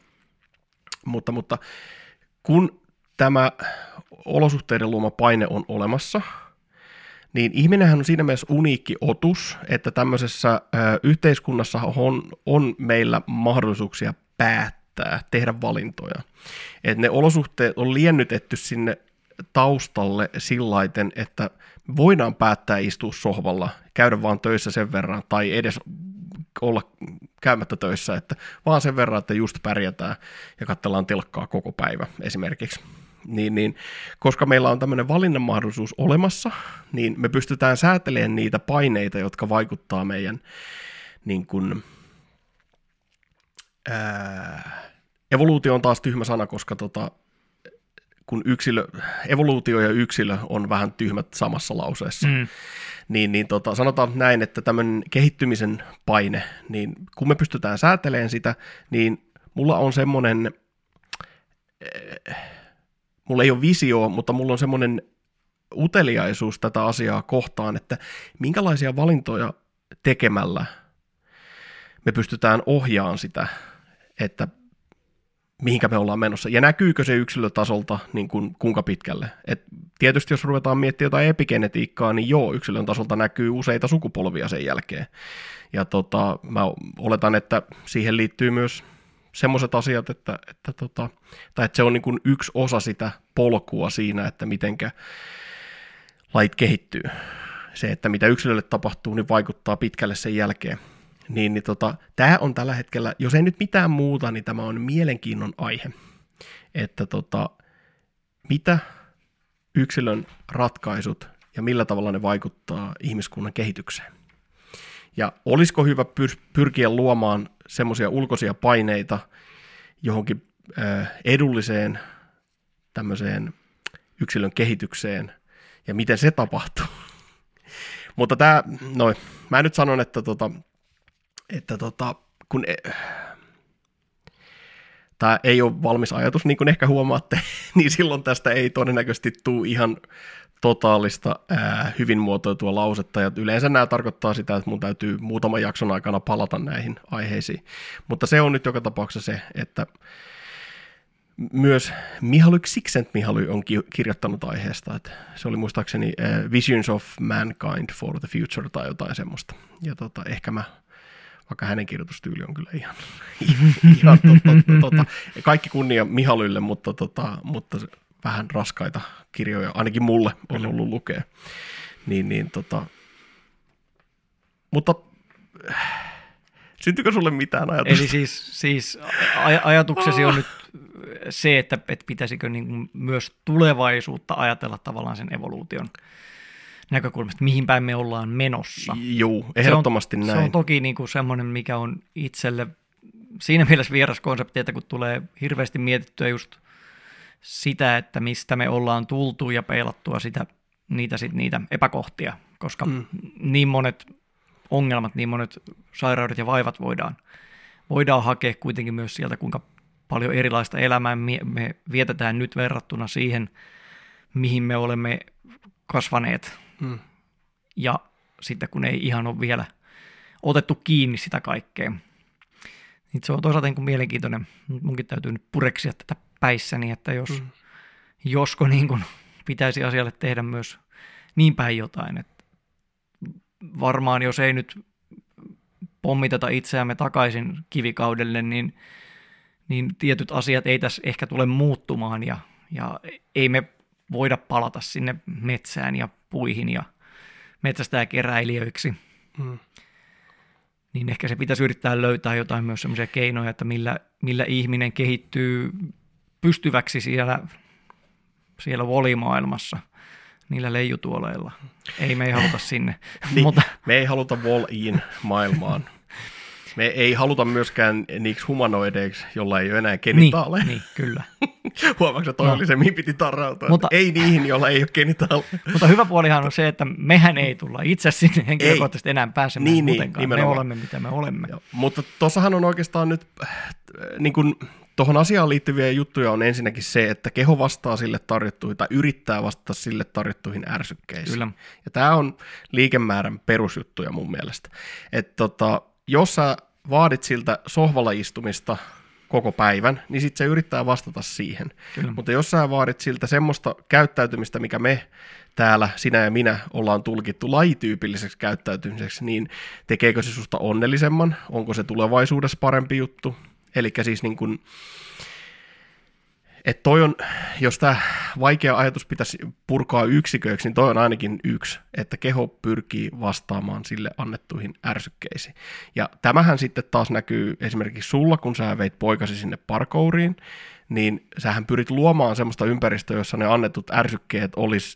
kun tämä olosuhteiden luoma paine on olemassa, niin ihminenhän on siinä mielessä uniikki otus, että tämmöisessä yhteiskunnassa on meillä mahdollisuuksia päättää, tehdä valintoja. Että ne olosuhteet on liennytetty sinne taustalle sillaiten, että voidaan päättää istua sohvalla, käydä vaan töissä sen verran, tai edes olla käymättä töissä, että vaan sen verran, että just pärjätään ja katsellaan telkkaa koko päivä esimerkiksi. Niin, koska meillä on tämmöinen valinnan mahdollisuus olemassa, niin me pystytään säätelemään niitä paineita, jotka vaikuttaa meidän niin kuin evoluutio on taas tyhmä sana, koska kun evoluutio ja yksilö on vähän tyhmät samassa lauseessa, niin sanotaan näin, että tämmöinen kehittymisen paine, niin kun me pystytään säätelemään sitä, niin mulla on semmoinen, mulla ei ole visio, mutta mulla on semmoinen uteliaisuus tätä asiaa kohtaan, että minkälaisia valintoja tekemällä me pystytään ohjaamaan sitä, että mihinkä me ollaan menossa. Ja näkyykö se yksilötasolta niin kuinka pitkälle? Et tietysti jos ruvetaan miettimään jotain epigenetiikkaa, niin joo, yksilön tasolta näkyy useita sukupolvia sen jälkeen. Ja mä oletan, että siihen liittyy myös semmoiset asiat, että se on niin kuin yksi osa sitä polkua siinä, että mitenkä lajit kehittyy. Se, että mitä yksilölle tapahtuu, niin vaikuttaa pitkälle sen jälkeen. Tämä on tällä hetkellä, jos ei nyt mitään muuta, niin tämä on mielenkiinnon aihe, että mitä yksilön ratkaisut ja millä tavalla ne vaikuttaa ihmiskunnan kehitykseen. Ja olisiko hyvä pyrkiä luomaan semmoisia ulkoisia paineita johonkin edulliseen tämmöiseen yksilön kehitykseen ja miten se tapahtuu. Mutta mä nyt sanon, että kun tämä ei ole valmis ajatus, niin kuin ehkä huomaatte, niin silloin tästä ei todennäköisesti tule ihan totaalista hyvin muotoiltua lausetta, ja yleensä nämä tarkoittaa sitä, että mun täytyy muutaman jakson aikana palata näihin aiheisiin. Mutta se on nyt joka tapauksessa se, että myös Mihaly Csikszentmihalyi on kirjoittanut aiheesta, että se oli muistaakseni Visions of Mankind for the Future tai jotain semmoista, ja ehkä vaikka hänen kirjoitustyyli on kyllä ihan kaikki kunnia Mihalylle, mutta vähän raskaita kirjoja, ainakin mulle on ollut lukea. Mutta syntyykö sulle mitään ajatusta? Eli siis ajatuksesi on nyt se, että pitäisikö niin kuin myös tulevaisuutta ajatella tavallaan sen evoluution näkökulmasta, mihin päin me ollaan menossa. Joo, ehdottomasti näin. Se on toki niin kuin semmoinen, mikä on itselle siinä mielessä vieras konsepti, että kun tulee hirveästi mietittyä just sitä, että mistä me ollaan tultu ja peilattua niitä epäkohtia, koska niin monet ongelmat, niin monet sairaudet ja vaivat voidaan hakea kuitenkin myös sieltä, kuinka paljon erilaista elämää me vietetään nyt verrattuna siihen, mihin me olemme kasvaneet. Ja sitten kun ei ihan ole vielä otettu kiinni sitä kaikkea. Niin se on toisaalta niin kuin mielenkiintoinen. Munkin täytyy nyt pureksia tätä päissäni, että josko niin kuin pitäisi asialle tehdä myös niin päin jotain. Että varmaan jos ei nyt pommiteta itseämme takaisin kivikaudelle, niin tietyt asiat ei tässä ehkä tule muuttumaan ja ei me voida palata sinne metsään ja puihin ja metsästää keräilijöiksi. Niin ehkä se pitäisi yrittää löytää jotain myös semmoisia keinoja, että millä ihminen kehittyy pystyväksi siellä volimaailmassa niillä leijutuoleilla. Me ei haluta sinne. Niin, mutta me ei haluta Wall-In maailmaan. Me ei haluta myöskään niiksi humanoideiksi, jolla ei ole enää genitaaleja. Niin, kyllä. Huomaatko, että toi oli se, mihin piti tarrautua. Mutta ei niihin, joilla ei ole genitaaleja. Mutta hyvä puolihan on se, että mehän ei tulla itse sinne henkilökohtaisesti enää pääsemään muutenkaan. Me olemme, mitä me olemme. Joo, mutta tuossahan on oikeastaan nyt, niin kuin tuohon asiaan liittyviä juttuja on ensinnäkin se, että keho vastaa sille tarjottuihin tai yrittää vastata sille tarjottuihin ärsykkeisiin. Kyllä. Ja tämä on liikemäärän perusjuttuja mun mielestä. Että jos sä vaadit siltä sohvalla istumista koko päivän, niin sitten se yrittää vastata siihen. Kyllä. Mutta jos sä vaadit siltä semmoista käyttäytymistä, mikä me täällä, sinä ja minä, ollaan tulkittu lajityypilliseksi käyttäytymiseksi, niin tekeekö se susta onnellisemman? Onko se tulevaisuudessa parempi juttu? Eli siis niin kuin, että toi on, jos tämä vaikea ajatus pitäisi purkaa yksiköiksi, niin toi on ainakin yksi, että keho pyrkii vastaamaan sille annettuihin ärsykkeisiin. Ja tämähän sitten taas näkyy esimerkiksi sulla, kun sä veit poikasi sinne parkouriin, niin sähän pyrit luomaan semmoista ympäristöä, jossa ne annetut ärsykkeet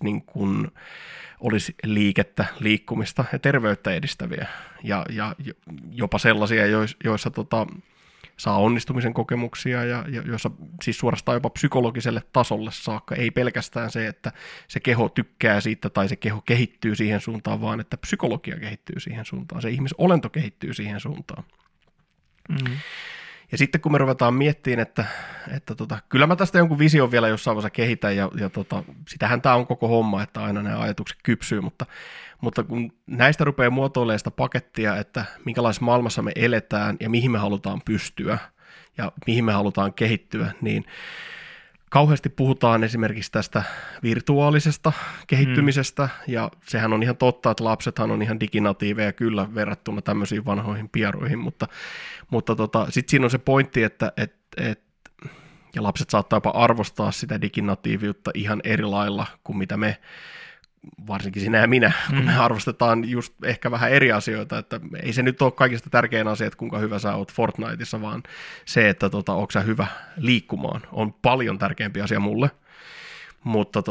olisi liikettä, liikkumista ja terveyttä edistäviä. Ja jopa sellaisia, joissa saa onnistumisen kokemuksia ja jossa siis suorastaan jopa psykologiselle tasolle saakka. Ei pelkästään se, että se keho tykkää siitä tai se keho kehittyy siihen suuntaan, vaan että psykologia kehittyy siihen suuntaan, se ihmisolento kehittyy siihen suuntaan. Mm-hmm. Ja sitten kun me ruvetaan miettimään, että kyllä mä tästä jonkun vision vielä jossain vaiheessa kehitän, ja sitähän tämä on koko homma, että aina nämä ajatukset kypsyy, mutta kun näistä rupeaa muotoilemaan sitä pakettia, että minkälaisessa maailmassa me eletään ja mihin me halutaan pystyä ja mihin me halutaan kehittyä, niin kauheasti puhutaan esimerkiksi tästä virtuaalisesta kehittymisestä, ja sehän on ihan totta, että lapsethan on ihan diginatiiveja kyllä verrattuna tämmöisiin vanhoihin pieroihin, mutta sitten siinä on se pointti, että ja lapset saattaa jopa arvostaa sitä diginatiiviutta ihan eri lailla kuin mitä me, varsinkin sinä ja minä, kun me arvostetaan just ehkä vähän eri asioita, että ei se nyt ole kaikista tärkein asia, että kuinka hyvä sä oot Fortniteissa, vaan se, että onko sä hyvä liikkumaan, on paljon tärkeämpi asia mulle, mutta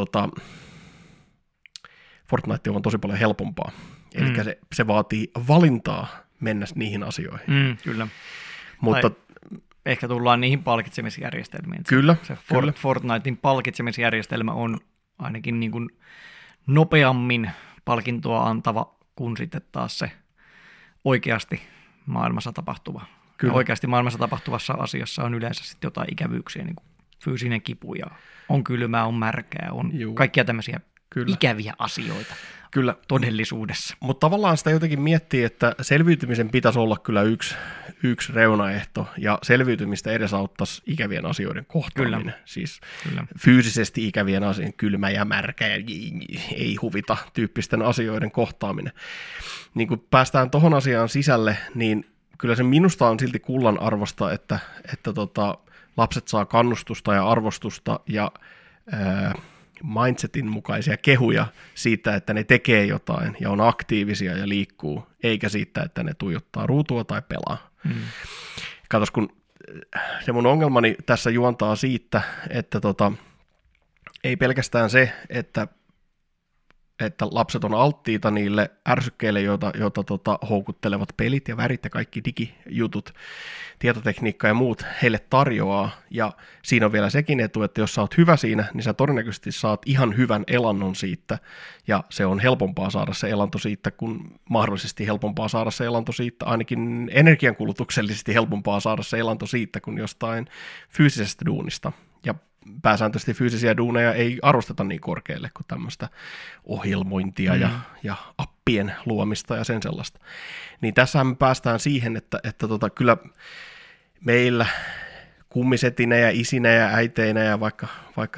Fortnite on tosi paljon helpompaa, eli se vaatii valintaa mennä niihin asioihin. Kyllä. Mutta ehkä tullaan niihin palkitsemisjärjestelmiin. Kyllä. Fortnitein palkitsemisjärjestelmä on ainakin niin kuin nopeammin palkintoa antava kuin sitten taas se oikeasti maailmassa tapahtuva. Ja oikeasti maailmassa tapahtuvassa asiassa on yleensä sitten jotain ikävyyksiä, niin kuin fyysinen kipu ja on kylmää, on märkää, on kaikkia tämmöisiä ikäviä asioita todellisuudessa. Mutta tavallaan sitä jotenkin miettii, että selviytymisen pitäisi olla kyllä yksi reunaehto, ja selviytymistä edesauttaisi ikävien asioiden kohtaaminen. Siis fyysisesti ikävien asioiden, kylmä ja märkä ja ei huvita tyyppisten asioiden kohtaaminen. Niin kun päästään tohon asiaan sisälle, niin kyllä se minusta on silti kullan arvosta, että lapset saa kannustusta ja arvostusta ja mindsetin mukaisia kehuja siitä, että ne tekee jotain ja on aktiivisia ja liikkuu, eikä siitä, että ne tuijottaa ruutua tai pelaa. Katos, kun se mun ongelmani tässä juontaa siitä, että ei pelkästään se, että lapset on alttiita niille ärsykkeille, joita houkuttelevat pelit ja värit ja kaikki digijutut, tietotekniikka ja muut heille tarjoaa. Ja siinä on vielä sekin etu, että jos sä oot hyvä siinä, niin sä todennäköisesti saat ihan hyvän elannon siitä. Ja se on helpompaa saada se elanto siitä, kun mahdollisesti helpompaa saada se elanto siitä, ainakin energiankulutuksellisesti helpompaa saada se elanto siitä, kuin jostain fyysisestä duunista. Ja pääsääntöisesti fyysisiä duuneja ei arvosteta niin korkealle kuin tämmöistä ohjelmointia ja appien luomista ja sen sellaista. Niin tässähän me päästään siihen, että kyllä meillä kummisetinä ja isinä ja äiteinä ja vaikka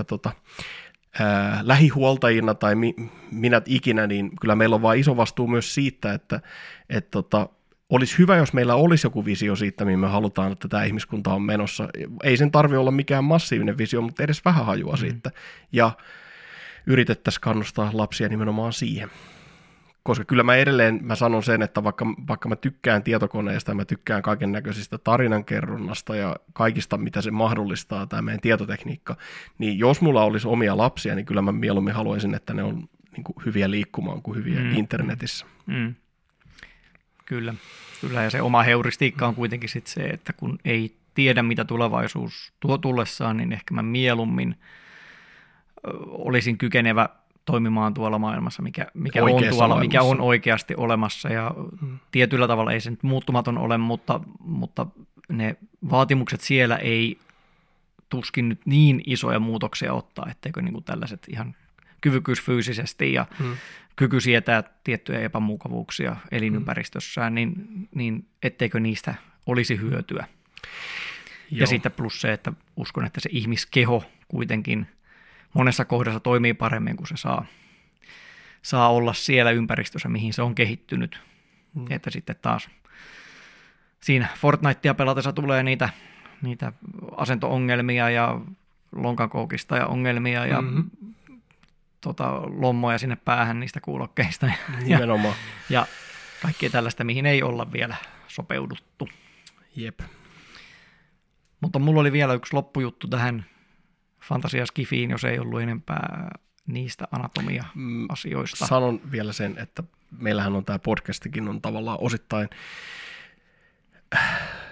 lähihuoltajina tai minä ikinä, niin kyllä meillä on vaan iso vastuu myös siitä, että olisi hyvä, jos meillä olisi joku visio siitä, mihin me halutaan, että tämä ihmiskunta on menossa. Ei sen tarvitse olla mikään massiivinen visio, mutta edes vähän hajua siitä. Ja yritettäisiin kannustaa lapsia nimenomaan siihen. Koska kyllä mä sanon sen, että vaikka mä tykkään tietokoneesta ja mä tykkään kaiken näköisistä tarinankerronnasta ja kaikista, mitä se mahdollistaa, tämä meidän tietotekniikka, niin jos mulla olisi omia lapsia, niin kyllä mä mieluummin haluaisin, että ne on niin kuin hyviä liikkumaan kuin hyviä internetissä. Kyllä, ja se oma heuristiikka on kuitenkin sit se, että kun ei tiedä, mitä tulevaisuus tuo tullessaan, niin ehkä mä mieluummin olisin kykenevä toimimaan tuolla maailmassa, mikä on tuolla, mikä on oikeasti olemassa, ja tietyllä tavalla ei se nyt muuttumaton ole, mutta ne vaatimukset siellä ei tuskin nyt niin isoja muutoksia ottaa, etteikö niin kuin tällaiset ihan kyvykkyys fyysisesti ja kyky sietää tiettyjä epämukavuuksia elinympäristössään, niin etteikö niistä olisi hyötyä. Ja sitten plus se, että uskon, että se ihmiskeho kuitenkin monessa kohdassa toimii paremmin, kun se saa olla siellä ympäristössä, mihin se on kehittynyt. Että sitten taas siinä Fortnitea pelatessa tulee niitä asento-ongelmia ja lonkankoukista ja ongelmia ja lommoja sinne päähän niistä kuulokkeista ja kaikkea tällaista, mihin ei olla vielä sopeuduttu. Jep. Mutta mulla oli vielä yksi loppujuttu tähän fantasiaskifiin, jos ei ollut enempää niistä anatomia-asioista. Sanon vielä sen, että meillähän on tämä podcastikin on tavallaan osittain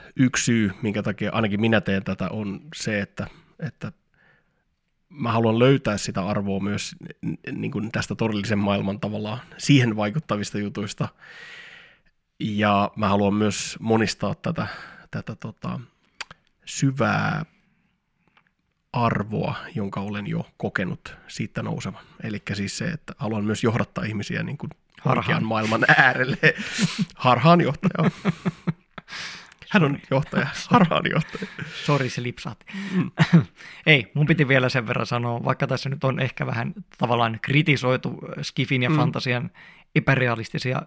yksi syy, minkä takia ainakin minä teen tätä, on se, että mä haluan löytää sitä arvoa myös niin kuin tästä todellisen maailman tavallaan siihen vaikuttavista jutuista. Ja mä haluan myös monistaa tätä syvää arvoa, jonka olen jo kokenut siitä nousevan. Eli siis se, että haluan myös johdattaa ihmisiä niin kuin oikean maailman äärelle. Harhaanjohtaja. Hän on johtaja, harhaanjohtaja. Sori, se lipsaat. Ei, mun piti vielä sen verran sanoa, vaikka tässä nyt on ehkä vähän tavallaan kritisoitu skifin ja fantasian epärealistisia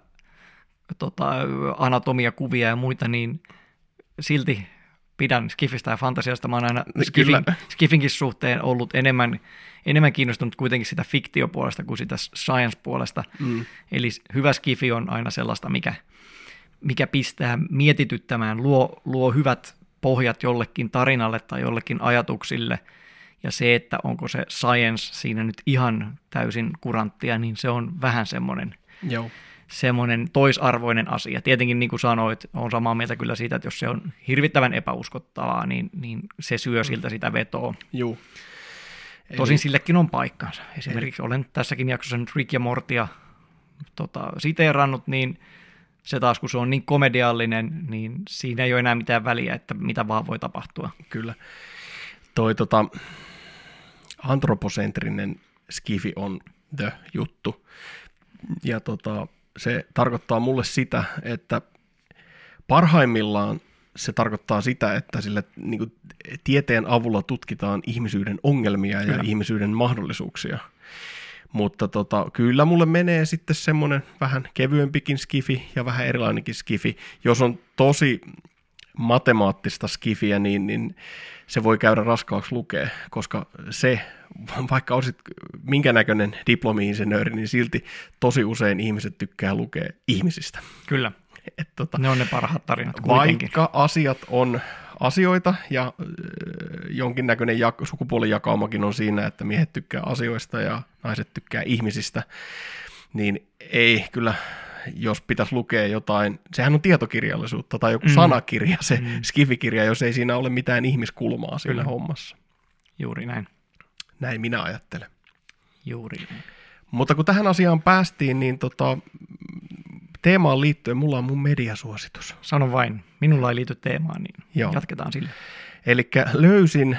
anatomiakuvia ja muita, niin silti pidän skifistä ja fantasiasta. Mä oon aina skifinkin suhteen ollut enemmän kiinnostunut kuitenkin sitä fiktiopuolesta kuin sitä science-puolesta. Eli hyvä skifi on aina sellaista, mikä pistää mietityttämään, luo hyvät pohjat jollekin tarinalle tai jollekin ajatuksille. Ja se, että onko se science siinä nyt ihan täysin kuranttia, niin se on vähän semmoinen toisarvoinen asia. Tietenkin niin kuin sanoit, olen samaa mieltä kyllä siitä, että jos se on hirvittävän epäuskottavaa, niin se syö siltä sitä vetoa. Joo. Tosin sillekin on paikkansa. Esimerkiksi olen tässäkin jaksossa nyt Rick ja Mortia siteerannut, niin se taas, kun se on niin komediallinen, niin siinä ei ole enää mitään väliä, että mitä vaan voi tapahtua. Kyllä. Toi antroposentrinen skifi on the juttu. Ja se tarkoittaa mulle sitä, että parhaimmillaan se tarkoittaa sitä, että sillä niin kuin tieteen avulla tutkitaan ihmisyyden ongelmia ja ihmisyyden mahdollisuuksia. Mutta kyllä mulle menee sitten semmoinen vähän kevyempikin skifi ja vähän erilainenkin skifi. Jos on tosi matemaattista skifiä, niin se voi käydä raskaaksi lukea, koska se, vaikka olisit minkä näköinen diplomi-insinööri, niin silti tosi usein ihmiset tykkää lukea ihmisistä. Kyllä, ne on ne parhaat tarinat kuitenkin. Vaikka asiat on asioita ja jonkinnäköinen sukupuolijakaumakin on siinä, että miehet tykkää asioista ja naiset tykkää ihmisistä, niin ei kyllä, jos pitäisi lukea jotain, sehän on tietokirjallisuutta tai joku sanakirja, se skifikirja, jos ei siinä ole mitään ihmiskulmaa siinä hommassa. Juuri näin. Näin minä ajattelen. Juuri näin. Mutta kun tähän asiaan päästiin, niin teemaan liittyen mulla on mun mediasuositus. Sano vain, minulla ei liity teemaan, niin jatketaan sillä. Eli löysin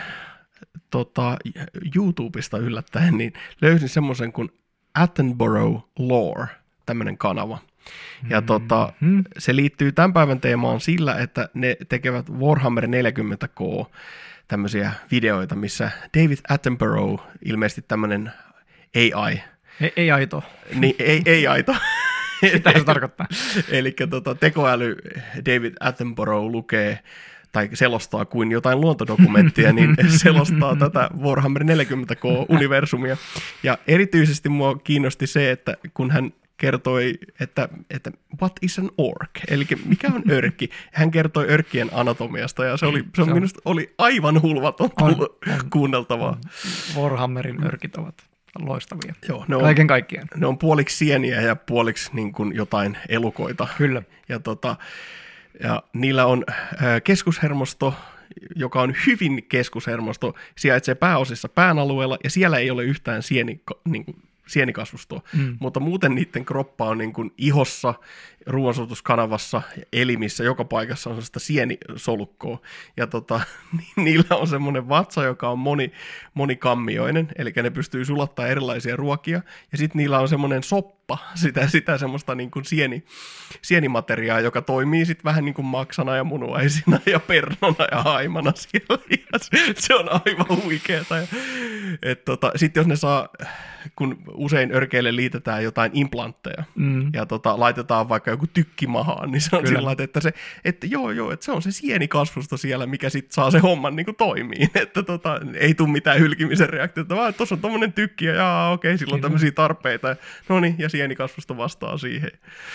YouTubesta yllättäen, niin löysin semmoisen kuin Attenborough Lore, tämmöinen kanava. Ja se liittyy tämän päivän teemaan sillä, että ne tekevät Warhammer 40K tämmöisiä videoita, missä David Attenborough, ilmeisesti tämmöinen AI. Ei aito. Niin, ei aito. Mitä se tarkoittaa? Eli tekoäly David Attenborough lukee tai selostaa kuin jotain luontodokumenttia, niin selostaa tätä Warhammer 40K-universumia. Ja erityisesti mua kiinnosti se, että kun hän kertoi, että what is an orc, eli mikä on örkki. Hän kertoi örkkien anatomiasta, ja se minusta oli aivan hulvaton kuunneltavaa. Warhammerin örkit ovat loistavia. Joo, kaiken kaikkiaan. Ne on puoliksi sieniä ja puoliksi niin kuin jotain elukoita. Kyllä. Ja niillä on keskushermosto, joka on hyvin keskushermosto, sijaitsee pääosissa pään alueella, ja siellä ei ole yhtään sienikasvustoa, mutta muuten niiden kroppa on niin kuin ihossa, ruoansulutuskanavassa, elimissä, joka paikassa on sellaista sienisolukkoa. Ja niillä on semmoinen vatsa, joka on monikammioinen, eli ne pystyy sulattaa erilaisia ruokia, ja sitten niillä on semmoinen soppa, sitä semmoista niin kuin sienimateriaa, joka toimii sitten vähän niin kuin maksana ja munuaisina ja pernona ja haimana siellä. Ja se on aivan huikeeta. Sitten jos ne saa, kun usein örkeille liitetään jotain implantteja, ja laitetaan vaikka joku tykki mahaan, niin se on sillä lailla, että se on se sienikasvusto siellä, mikä sitten saa se homman niin kuin toimii. Että ei tule mitään hylkimisen reaktiota, vaan tuossa on tommoinen tykki, ja okei, sillä on tämmöisiä tarpeita. No niin, ja sienikasvusto vastaa siihen.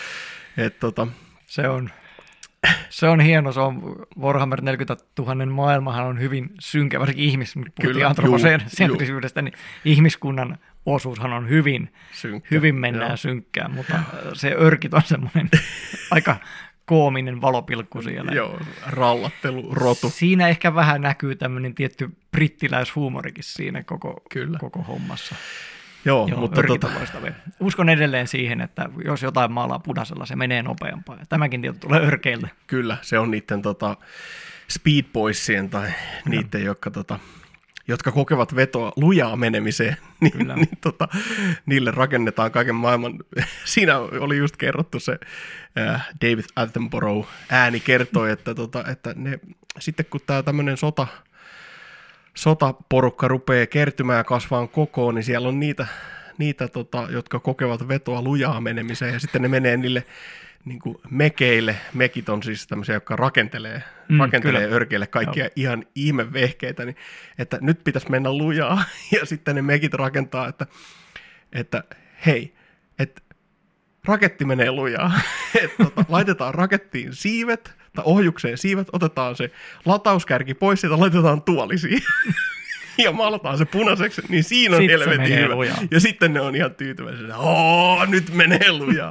Se on hieno, se on Warhammer 40 000 maailmahan on hyvin synkkä, varsinkin puhuttiin antropocentrisyydestä, niin ihmiskunnan osuushan on hyvin mennään synkkään, mutta se örkit on semmoinen aika koominen valopilkku siellä. Joo, rallattelu, rotu. Siinä ehkä vähän näkyy tämmöinen tietty brittiläishuumorikin siinä koko hommassa. Joo, mutta uskon edelleen siihen, että jos jotain maalaa punaisella, se menee nopeampaa. Ja tämäkin tieto tulee örkeiltä. Kyllä, se on niiden Speed Boysien tai niiden, jotka kokevat vetoa lujaa menemiseen, niille rakennetaan kaiken maailman. Siinä oli just kerrottu se David Attenborough ääni kertoi, että ne, sitten kun tämä tämmöinen sotaporukka rupeaa kertymään ja kasvaan kokoon, niin siellä on niitä jotka kokevat vetoa lujaa menemiseen, ja sitten ne menee niille niin kuin mekeille. Mekit on siis tämmöisiä, jotka rakentelee örkeille kaikkia ihan ihmevehkeitä, niin että nyt pitäisi mennä lujaa, ja sitten ne mekit rakentaa, että hei, että raketti menee lujaa, että laitetaan rakettiin siivet, tai ohjukseen siivet, otetaan se latauskärki pois, siitä laitetaan tuoli siihen. Ja maalataan se punaiseksi, niin siinä on helvetin hyvä. Lujaa. Ja sitten ne on ihan tyytyväisiä, nyt menee lujaa.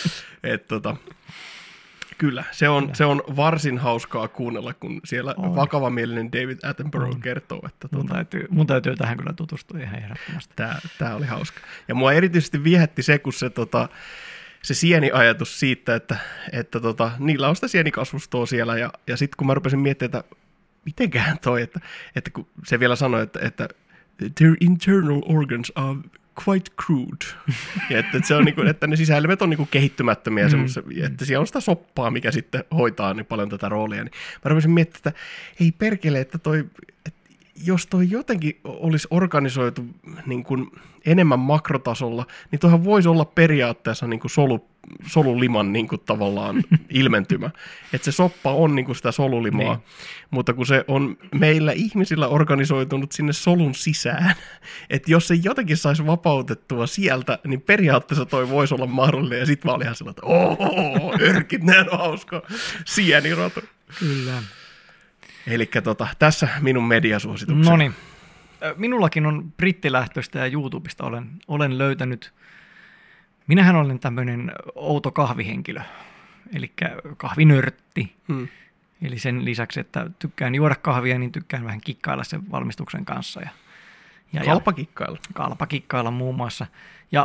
Kyllä, se on varsin hauskaa kuunnella, kun siellä vakavamielinen David Attenborough kertoo. Että mun täytyy tähän kyllä tutustua ihan ehdottomasti. Tämä oli hauska. Ja mua erityisesti viehätti se, kun se sieniajatus siitä, että niillä on sitä sienikasvustoa siellä. Ja sitten kun mä rupesin miettimään, että mitenkään toi, että kun se vielä sanoi, että their internal organs are quite crude. Ja että se on niinku, että ne sisäelimet on niinku kehittymättömiä, että siellä on sitä soppaa, mikä sitten hoitaa niin paljon tätä roolia. Niin mä rupesin miettimään, että ei perkele, että jos toi jotenkin olisi organisoitu niin kuin enemmän makrotasolla, niin toihan voisi olla periaatteessa niin kuin soluliman niin kuin tavallaan ilmentymä. Että se soppa on niin kuin sitä solulimaa, mutta kun se on meillä ihmisillä organisoitunut sinne solun sisään, että jos se jotenkin saisi vapautettua sieltä, niin periaatteessa toi voisi olla mahdollinen. Ja sitten mä olin ihan sellainen, että örkit, nehän on hauska sienirotu. Kyllä. Elikkä tässä minun mediasuositukseni. Noniin. Minullakin on brittilähtöistä ja YouTubesta olen löytänyt. Minähän olen tämmöinen outo kahvihenkilö, eli kahvinörtti. Eli sen lisäksi, että tykkään juoda kahvia, niin tykkään vähän kikkailla sen valmistuksen kanssa. Kalpakikkailla. Kalpakikkailla muun muassa. Ja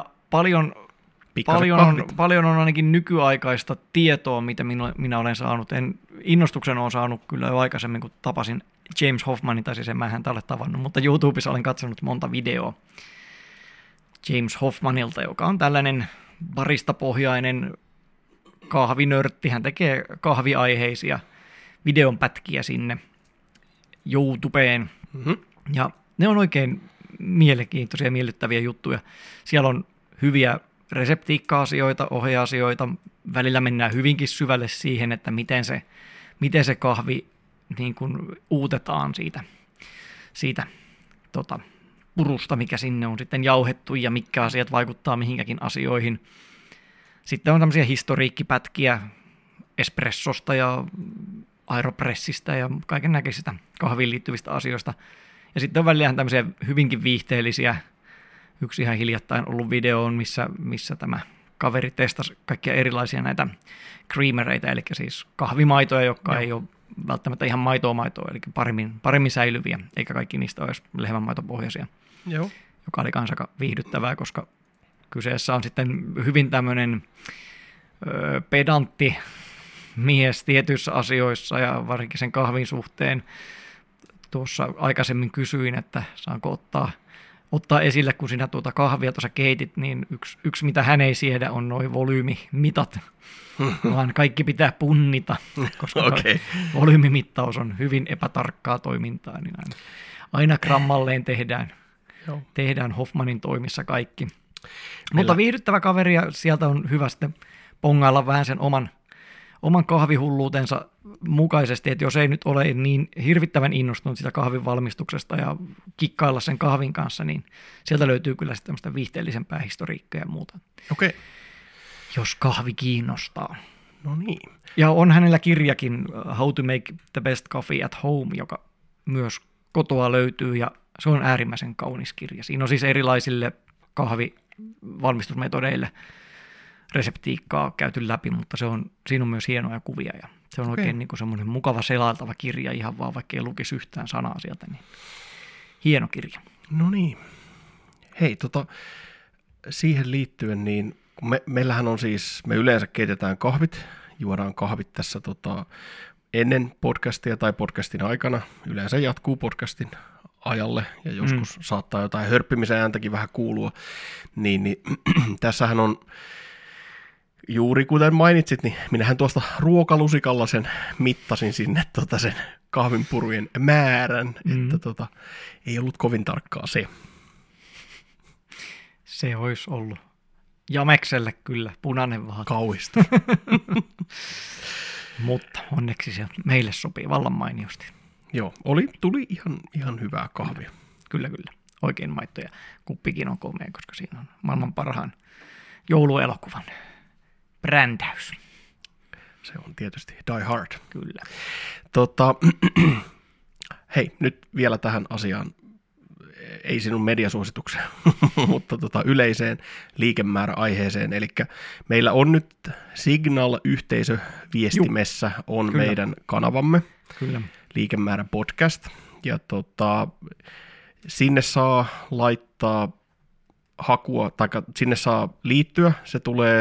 paljon on ainakin nykyaikaista tietoa, mitä minä olen saanut. Innostuksen olen saanut kyllä jo aikaisemmin, kun tapasin James Hoffmanin, tai siis en mä häntä ole tavannut, mutta YouTubessa olen katsonut monta videoa James Hoffmanilta, joka on tällainen baristapohjainen kahvinörtti. Hän tekee kahviaiheisia videonpätkiä sinne YouTubeen. Ja ne on oikein mielenkiintoisia ja miellyttäviä juttuja. Siellä on hyviä reseptiikka-asioita, ohjeasioita. Välillä mennään hyvinkin syvälle siihen, että miten se kahvi niin kuin uutetaan siitä purusta, mikä sinne on sitten jauhettu ja mitkä asiat vaikuttaa mihinkäkin asioihin. Sitten on tämmöisiä historiikkipätkiä espressosta ja aeropressistä ja kaiken näköisistä kahviin liittyvistä asioista. Ja sitten on välillä tämmöisiä hyvinkin viihteellisiä. Yksi ihan hiljattain ollut video on, missä tämä kaveri testasi kaikkia erilaisia näitä creamereita, eli siis kahvimaitoja, jotka ei ole välttämättä ihan maitoa, eli paremmin säilyviä, eikä kaikki niistä ole edes lehmänmaitopohjaisia. Joo. Joka oli kans aika viihdyttävää, koska kyseessä on sitten hyvin tämmöinen pedantti mies tietyissä asioissa ja varsinkin sen kahvin suhteen. Tuossa aikaisemmin kysyin, että saanko ottaa esille, kun sinä tuota kahvia tuossa keitit, niin yksi mitä hän ei siedä on nuo volyymimitat, vaan kaikki pitää punnita, koska volyymimittaus on hyvin epätarkkaa toimintaa, niin aina grammalleen tehdään Hoffmanin toimissa kaikki. Mutta viihdyttävä kaveri ja sieltä on hyvä sitten pongailla vähän sen oman kahvihulluutensa mukaisesti, että jos ei nyt ole niin hirvittävän innostunut sitä kahvin valmistuksesta ja kikkailla sen kahvin kanssa, niin sieltä löytyy kyllä sitten tämmöistä viihteellisempää historiikkaa ja muuta. Okei. Jos kahvi kiinnostaa. No niin. Ja on hänellä kirjakin How to make the best coffee at home, joka myös kotoa löytyy ja se on äärimmäisen kaunis kirja. Siinä on siis erilaisille kahvivalmistusmetodeille reseptiikkaa käyty läpi, mutta siinä on myös hienoja kuvia ja se on oikein niin kuin semmoinen mukava selailtava kirja, ihan vaan vaikka ei lukisi yhtään sanaa sieltä, niin hieno kirja. No niin. Hei, siihen liittyen, niin meillähän on siis, me yleensä keitetään kahvit, juodaan kahvit tässä ennen podcastia tai podcastin aikana, yleensä jatkuu podcastin ajalle ja joskus saattaa jotain hörppimisen ääntäkin vähän kuulua, niin tässähän on juuri kuten mainitsit, niin minähän tuosta ruokalusikalla sen mittasin sinne sen kahvinpurujen määrän, että ei ollut kovin tarkkaa se. Se olisi ollut Jamekselle kyllä punainen vaate. Kauhista. Mutta onneksi se meille sopii vallan mainiosti. Joo, tuli ihan hyvää kahvia. Kyllä. Oikein maitto ja kuppikin on komea, koska siinä on maailman parhaan jouluelokuvan brändäys. Se on tietysti Die Hard. Kyllä. Hei, nyt vielä tähän asiaan, ei sinun mediasuositukseen, mutta yleiseen liikemääräaiheeseen. Eli meillä on nyt Signal-yhteisöviestimessä on Kyllä. meidän kanavamme, Kyllä. Liikemäärä podcast, ja sinne saa laittaa hakua, tai sinne saa liittyä, se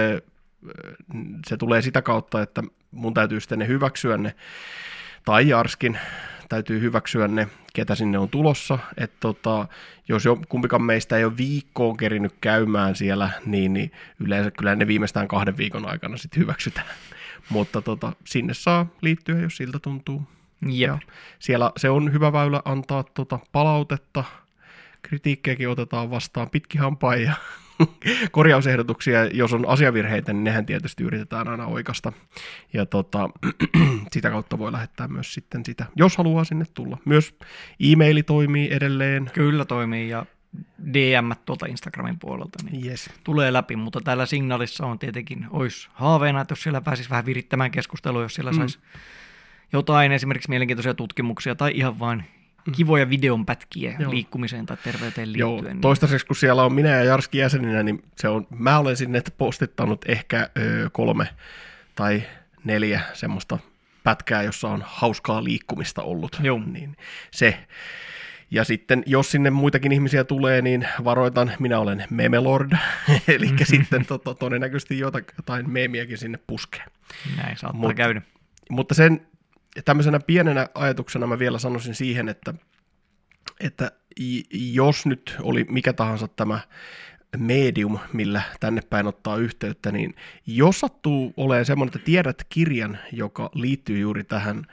tulee sitä kautta, että mun täytyy sitten ne hyväksyä ne, tai Jarskin täytyy hyväksyä ne, ketä sinne on tulossa, että jos kumpikaan meistä ei ole viikkoon kerinyt käymään siellä, niin yleensä kyllä ne viimeistään 2 viikon aikana sitten hyväksytään, mutta sinne saa liittyä, jos siltä tuntuu. Ja siellä se on hyvä väylä antaa palautetta, kritiikkejäkin otetaan vastaan pitkihampain ja korjausehdotuksia, jos on asiavirheitä, niin nehän tietysti yritetään aina oikasta. Ja sitä kautta voi lähettää myös sitten sitä, jos haluaa sinne tulla. Myös e-maili toimii edelleen. Kyllä toimii ja DM tuolta Instagramin puolelta niin tulee läpi, mutta täällä Signalissa on tietenkin, olisi haaveena, että jos siellä pääsisi vähän virittämään keskustelua, jos siellä saisi jotain esimerkiksi mielenkiintoisia tutkimuksia tai ihan vain kivoja videonpätkiä liikkumiseen tai terveyteen liittyen. Joo, toistaiseksi kun siellä on minä ja Jarski jäseninä, niin mä olen sinne postittanut ehkä 3 tai 4 semmoista pätkää, jossa on hauskaa liikkumista ollut. Joo. Niin se. Ja sitten jos sinne muitakin ihmisiä tulee, niin varoitan, minä olen memelord, eli sitten todennäköisesti jotain meemiäkin sinne puskee. Näin saattaa käydä. Mutta sen tämmöisenä pienenä ajatuksena mä vielä sanoisin siihen, että jos nyt oli mikä tahansa tämä medium, millä tänne päin ottaa yhteyttä, niin jos sattuu olemaan semmoinen, että tiedät kirjan, joka liittyy juuri tähän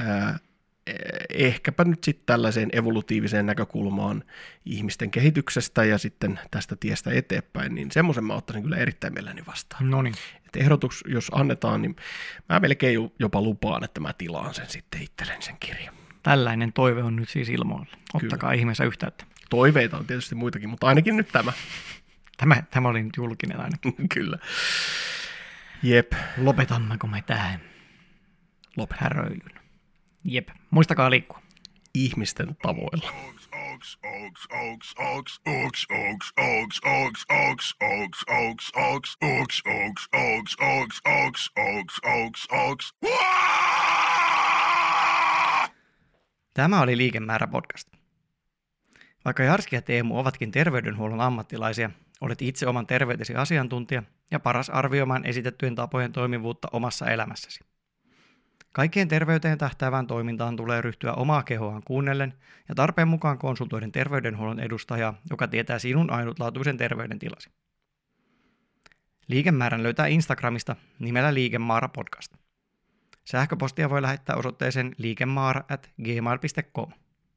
ehkäpä nyt sitten tällaiseen evolutiiviseen näkökulmaan ihmisten kehityksestä ja sitten tästä tiestä eteenpäin, niin semmoisen mä ottaisin kyllä erittäin mielelläni vastaan. Noniin. Että ehdotus, jos annetaan, niin mä melkein jopa lupaan, että mä tilaan sen sitten itselleni sen kirjan. Tällainen toive on nyt siis ilmoilla. Ottakaa Kyllä. ihmeessä yhteyttä. Toiveita on tietysti muitakin, mutta ainakin nyt tämä. Tämä oli nyt julkinen ainakin. Kyllä. Jep. Lopetammeko me tähän häröilyn? Jep. Muistakaa liikkua. Ihmisten tavoilla. Tämä oli Liikemäärä podcast. Vaikka Jarski ja Teemu ovatkin terveydenhuollon ammattilaisia, olet itse oman terveytesi asiantuntija ja paras arvioimaan esitettyjen tapojen toimivuutta omassa elämässäsi. Kaikkeen terveyteen tähtäävään toimintaan tulee ryhtyä omaa kehoaan kuunnellen ja tarpeen mukaan konsultoiden terveydenhuollon edustajaa, joka tietää sinun ainutlaatuisen terveydentilasi. Liikemäärän löytää Instagramista nimellä Liikemaara podcast. Sähköpostia voi lähettää osoitteeseen liikemaara@gmail.com.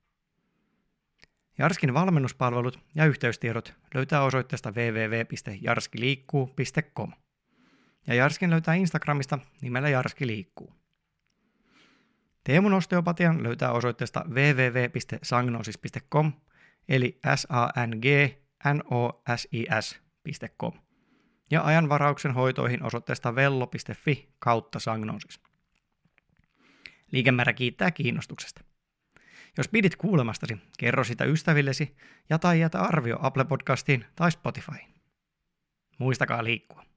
Jarskin valmennuspalvelut ja yhteystiedot löytää osoitteesta www.jarskiliikkuu.com. Ja Jarskin löytää Instagramista nimellä Jarski liikkuu. Teemun osteopatian löytää osoitteesta www.sangnosis.com eli sangnosis.com ja ajanvarauksen hoitoihin osoitteesta vello.fi/sangnosis. Liikemäärä kiittää kiinnostuksesta. Jos pidit kuulemastasi, kerro sitä ystävillesi ja tai jätä arvio Apple Podcastiin tai Spotifyin. Muistakaa liikkua.